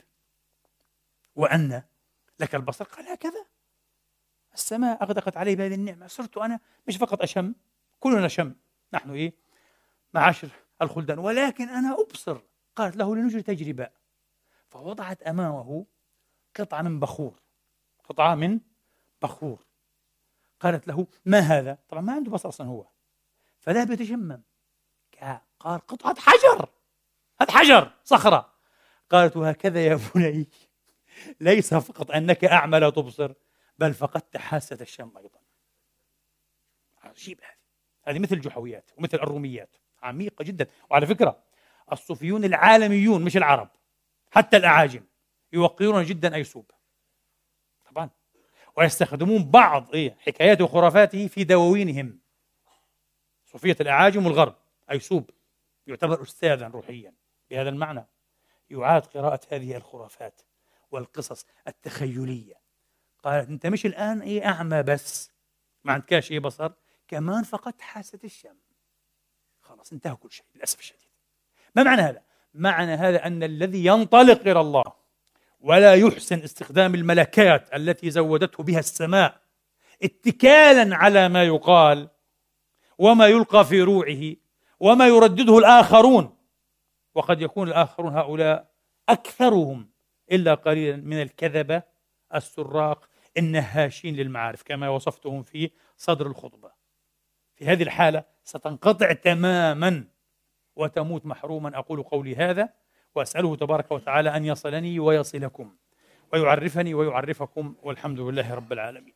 وأن لك البصر؟ قال: هكذا السماء أغدقت علي بهذه النعمة، صرت أنا مش فقط أشم، كلنا شم نحن معاشر الخلدان، ولكن أنا أبصر. قالت له: لنجري تجربة. فوضعت أمامه قطعة من بخور، قطعة من بخور. قالت له: ما هذا؟ طبعا ما عنده بصر أصلا هو، فذهب يتشمم. قال: قطعة حجر، هذا حجر، صخرة. قالت: وهكذا يا بني، ليس فقط أنك أعمى لا تبصر، بل فقدت حاسة الشم أيضا. عجيب. هذه مثل الجحويات ومثل الروميات، عميقة جدا. وعلى فكرة الصوفيون العالميون مش العرب، حتى الأعاجم يوقرون جدا أيسوب طبعا، ويستخدمون بعض حكاياته وخرافاته في دواوينهم. صوفية الأعاجم والغرب، أيسوب يعتبر أستاذا روحيا. بهذا المعنى يعاد قراءة هذه الخرافات والقصص التخيلية. قالت أنت مش الآن إيه أعمى بس، ما عندكاش إيه بصر، كمان فقدت حاسة الشم، خلاص انتهى كل شيء للأسف الشديد. ما معنى هذا؟ معنى هذا أن الذي ينطلق إلى الله ولا يحسن استخدام الملكات التي زودته بها السماء اتكالا على ما يقال وما يلقى في روعه وما يردده الآخرون، وقد يكون الآخرون هؤلاء أكثرهم إلا قليلا من الكذبة السراق النهاشين للمعارف كما وصفتهم في صدر الخطبة. في هذه الحالة ستنقطع تماما وتموت محروما. أقول قولي هذا وأسأله تبارك وتعالى أن يصلني ويصلكم ويعرفني ويعرفكم، والحمد لله رب العالمين.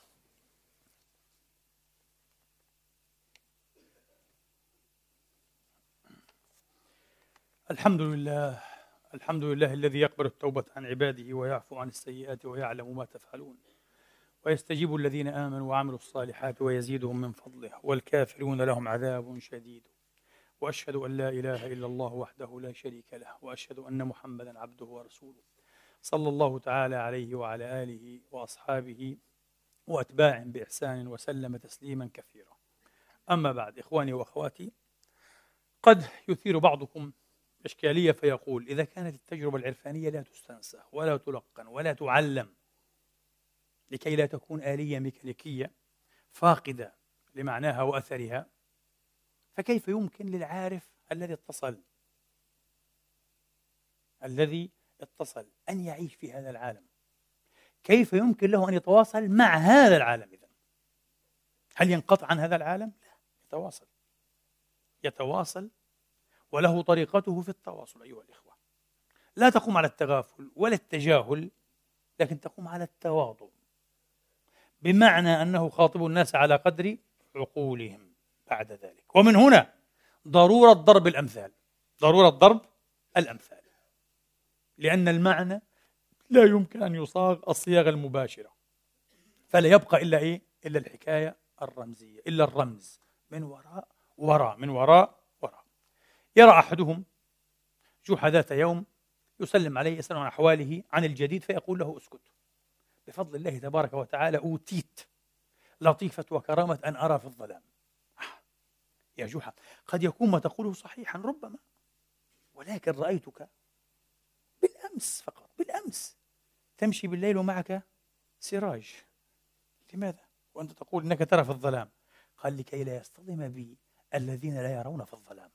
الحمد لله، الحمد لله الذي يقبل التوبة عن عباده ويعفو عن السيئات ويعلم ما تفعلون، ويستجيب الذين آمنوا وعملوا الصالحات ويزيدهم من فضله، والكافرون لهم عذاب شديد. وأشهد أن لا إله إلا الله وحده لا شريك له، وأشهد أن محمدا عبده ورسوله صلى الله تعالى عليه وعلى آله وأصحابه وأتباع بإحسان وسلم تسليما كثيرا. أما بعد، إخواني وأخواتي، قد يثير بعضكم إشكالية فيقول إذا كانت التجربة العرفانية لا تستنسخ ولا تلقن ولا تعلم لكي لا تكون آلية ميكانيكية فاقدة لمعناها وأثرها، فكيف يمكن للعارف الذي اتصل أن يعيش في هذا العالم؟ كيف يمكن له أن يتواصل مع هذا العالم إذن؟ هل ينقطع عن هذا العالم؟ لا، يتواصل وله طريقته في التواصل أيها الإخوة. لا تقوم على التغافل ولا التجاهل، لكن تقوم على التواضع، بمعنى أنه خاطب الناس على قدر عقولهم بعد ذلك. ومن هنا ضرورة ضرب الأمثال، لأن المعنى لا يمكن أن يصاغ الصياغة المباشرة، فلا يبقى إلا الحكاية الرمزية، إلا الرمز من وراء. يرى أحدهم جحا ذات يوم يسلم عليه، يسأل عن أحواله عن الجديد، فيقول له اسكت، بفضل الله تبارك وتعالى أوتيت لطيفة وكرامة أن أرى في الظلام. يا جحا، قد يكون ما تقوله صحيحا ربما، ولكن رأيتك بالأمس تمشي بالليل ومعك سراج، لماذا؟ وأنت تقول إنك ترى في الظلام. قال لكي لا يصطدم بي الذين لا يرون في الظلام.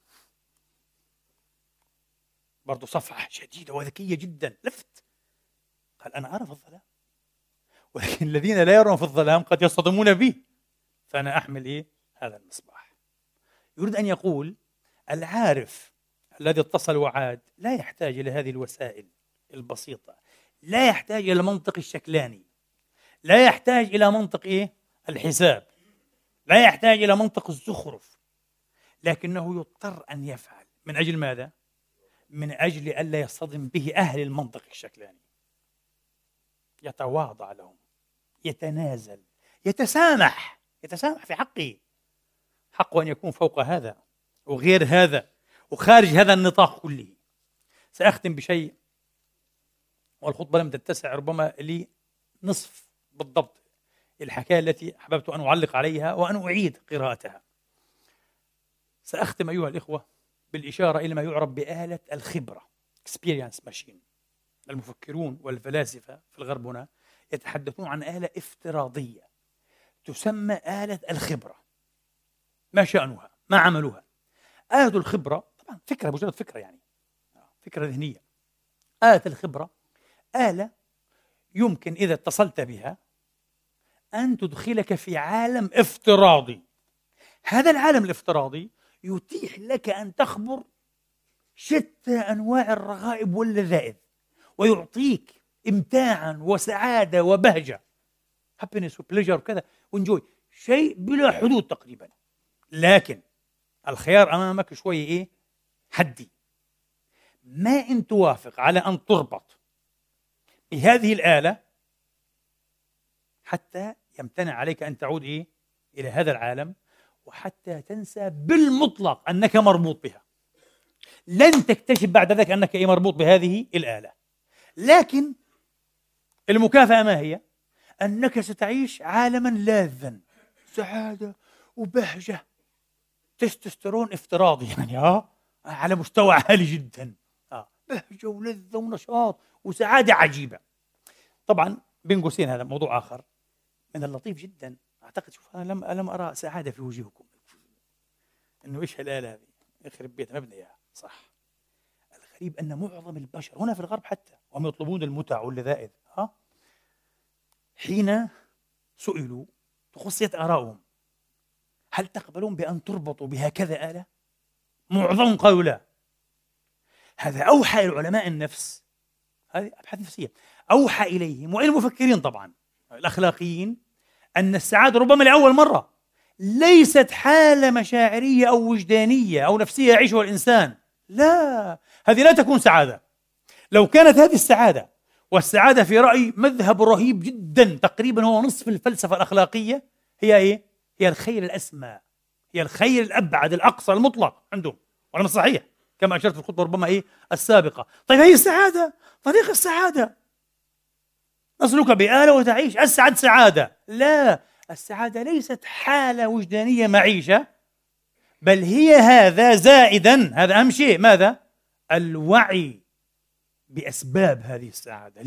برضو صفحة شديدة وذكية جدا، لفت، قال أنا أرى في الظلام، ولكن الذين لا يرون في الظلام قد يصطدمون بي، فأنا أحمل هذا المصباح. يريد أن يقول العارف الذي اتصل وعاد لا يحتاج إلى هذه الوسائل البسيطة، لا يحتاج إلى منطق الشكلاني، لا يحتاج إلى منطق الحساب، لا يحتاج إلى منطق الزخرف، لكنه يضطر أن يفعل. من أجل ماذا؟ من أجل ألا يصطدم به أهل المنطق الشكلاني. يتواضع لهم، يتنازل، يتسامح في حقه أن يكون فوق هذا وغير هذا وخارج هذا النطاق كله. سأختم بشيء، والخطبة لم تتسع ربما لي نصف بالضبط الحكاية التي أحببت أن أعلق عليها وأن أعيد قراءتها. سأختم أيها الإخوة بالإشارة إلى ما يعرف بآلة الخبرة experience machine. المفكرون والفلاسفة في الغرب هنا يتحدثون عن آلة افتراضية تسمى آلة الخبرة. ما شأنها؟ ما عملها؟ آلة الخبرة طبعا فكرة، مجرد فكرة، فكرة ذهنية. آلة الخبرة آلة يمكن إذا اتصلت بها أن تدخلك في عالم افتراضي. هذا العالم الافتراضي يتيح لك أن تخبر شتى أنواع الرغائب واللذائذ، ويعطيك إمتاعا وسعادة وبهجة، happiness وبليجر وكذا وانجوي، شيء بلا حدود تقريبا. لكن الخيار أمامك شوي حدي. ما إن توافق على أن تربط بهذه الآلة حتى يمتنع عليك أن تعود إلى هذا العالم، وحتى تنسى بالمطلق أنك مربوط بها. لن تكتشف بعد ذلك أنك مربوط بهذه الآلة. لكن المكافأة ما هي؟ أنك ستعيش عالما لاذا، سعادة وبهجة، تستوستيرون افتراضي يعني على مستوى عالي جدا، بهجة ولذة ونشاط وسعادة عجيبة. طبعا بين قوسين هذا موضوع آخر من اللطيف جدا، أعتقد شوف أنا لم أرى سعادة في وجوهكم، إنه إيش هالآلة هذه يخرب بيت مبنى إياها صح. الغريب أن معظم البشر هنا في الغرب حتى وهم يطلبون المتع واللذائذ حين سئلوا تخصيت آراؤهم هل تقبلون بأن تربطوا بهكذا آلة؟ معظمهم قالوا لا. هذا أوحى العلماء النفس، هذه أبحاث نفسية، أوحى إليهم وإلى المفكرين طبعا الأخلاقيين أن السعادة ربما لأول مرة ليست حالة مشاعرية أو وجدانية أو نفسية يعيشها الإنسان، لا، هذه لا تكون سعادة. لو كانت هذه السعادة، والسعادة في رأيي مذهب رهيب جدا تقريبا هو نصف الفلسفة الأخلاقية، هي إيه؟ هي الخير الأسمى، هي الخير الأبعد الأقصى المطلق عندهم، وأنا مش صحيح كما أشرت في الخطبة ربما السابقة. طيب هي السعادة، طريق السعادة نسلك بآلة وتعيش أسعد سعادة، لا، السعادة ليست حالة وجدانية معيشة، بل هي هذا زائدا، هذا أهم شيء، ماذا؟ الوعي بأسباب هذه السعادة.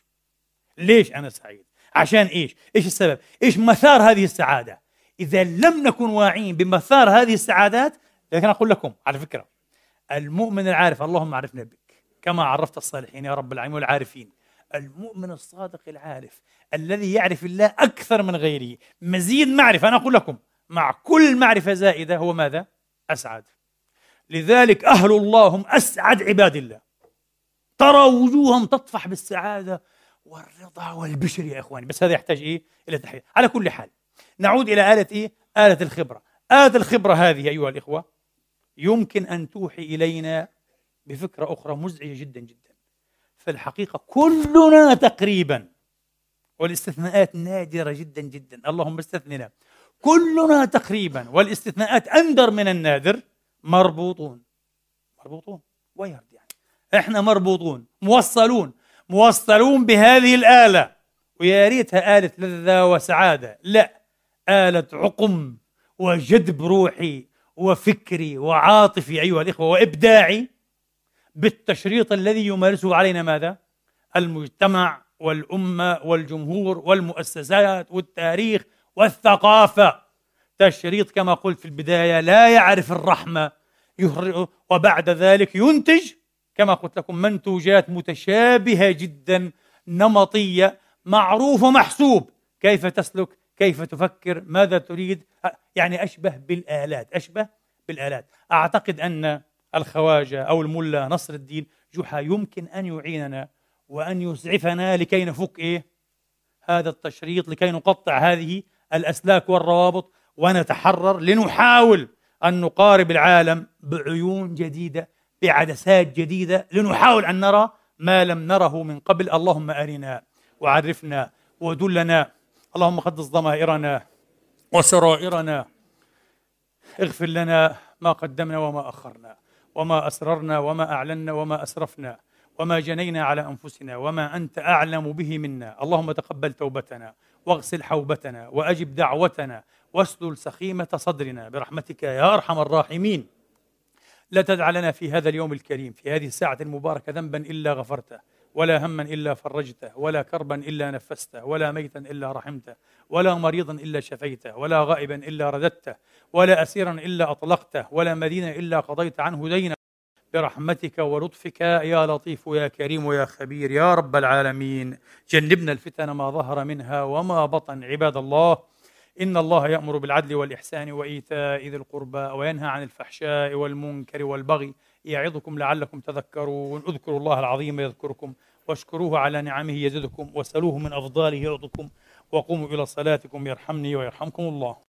ليش أنا سعيد؟ عشان إيش السبب؟ إيش مثار هذه السعادة؟ إذا لم نكن واعين بمثار هذه السعادات، لكن أقول لكم على فكرة، المؤمن العارف، اللهم عرفنا بك كما عرفت الصالحين يا رب العالمين والعارفين، المؤمن الصادق العارف الذي يعرف الله أكثر من غيره، مزيد معرفة، أنا أقول لكم مع كل معرفة زائدة هو ماذا؟ أسعد. لذلك أهل الله هم أسعد عباد الله، ترى وجوههم تطفح بالسعادة والرضا والبشر يا إخواني. بس هذا يحتاج إلى تحقيق. على كل حال نعود إلى آلة آلة الخبرة. آلة الخبرة هذه أيها الإخوة يمكن أن توحي إلينا بفكرة أخرى مزعجة جدا جدا. في الحقيقة كلنا تقريبا، والاستثناءات نادرة جدا جدا، اللهم استثننا، كلنا تقريبا والاستثناءات أندر من النادر مربوطون ويرد، يعني احنا مربوطون موصلون بهذه الآلة، ويا ريتها آلة لذة وسعادة، لا، آلة عقم وجذب روحي وفكري وعاطفي أيها الإخوة وإبداعي، بالتشريط الذي يمارسه علينا ماذا؟ المجتمع والأمة والجمهور والمؤسسات والتاريخ والثقافة. تشريط كما قلت في البداية لا يعرف الرحمة، وبعد ذلك ينتج كما قلت لكم منتوجات متشابهة جدا، نمطية، معروف ومحسوب، كيف تسلك، كيف تفكر، ماذا تريد، يعني أشبه بالآلات. أعتقد أن الخواجة أو الملا نصر الدين جحا يمكن أن يعيننا وأن يسعفنا لكي نفك هذا التشريط، لكي نقطع هذه الأسلاك والروابط ونتحرر، لنحاول أن نقارب العالم بعيون جديدة، بعدسات جديدة، لنحاول أن نرى ما لم نره من قبل. اللهم أرنا وعرفنا ودلنا، اللهم قدس ضمائرنا وسرائرنا، اغفر لنا ما قدمنا وما أخرنا، وما أسررنا وما أعلنا وما أسرفنا، وما جنينا على أنفسنا، وما أنت أعلم به منا. اللهم تقبل توبتنا واغسل حوبتنا وأجب دعوتنا واسلل سخيمة صدرنا برحمتك يا أرحم الراحمين. لا تدع لنا في هذا اليوم الكريم، في هذه الساعة المباركة، ذنبا إلا غفرته، ولا هما إلا فرجته، ولا كربا إلا نفسته، ولا ميتا إلا رحمته، ولا مريضا إلا شفيته، ولا غائبا إلا رددته، ولا أسيرا إلا أطلقته، ولا مدينا إلا قضيت عنه دينا، برحمتك ولطفك يا لطيف يا كريم يا خبير يا رب العالمين. جنبنا الفتن ما ظهر منها وما بطن. عباد الله، إن الله يأمر بالعدل والإحسان وإيتاء ذي القربى وينهى عن الفحشاء والمنكر والبغي يعظكم لعلكم تذكرون. اذكروا الله العظيم يذكركم، واشكروه على نعمه يزدكم، واسألوه من أفضاله يعطكم، وقوموا إلى صلاتكم يرحمني ويرحمكم الله.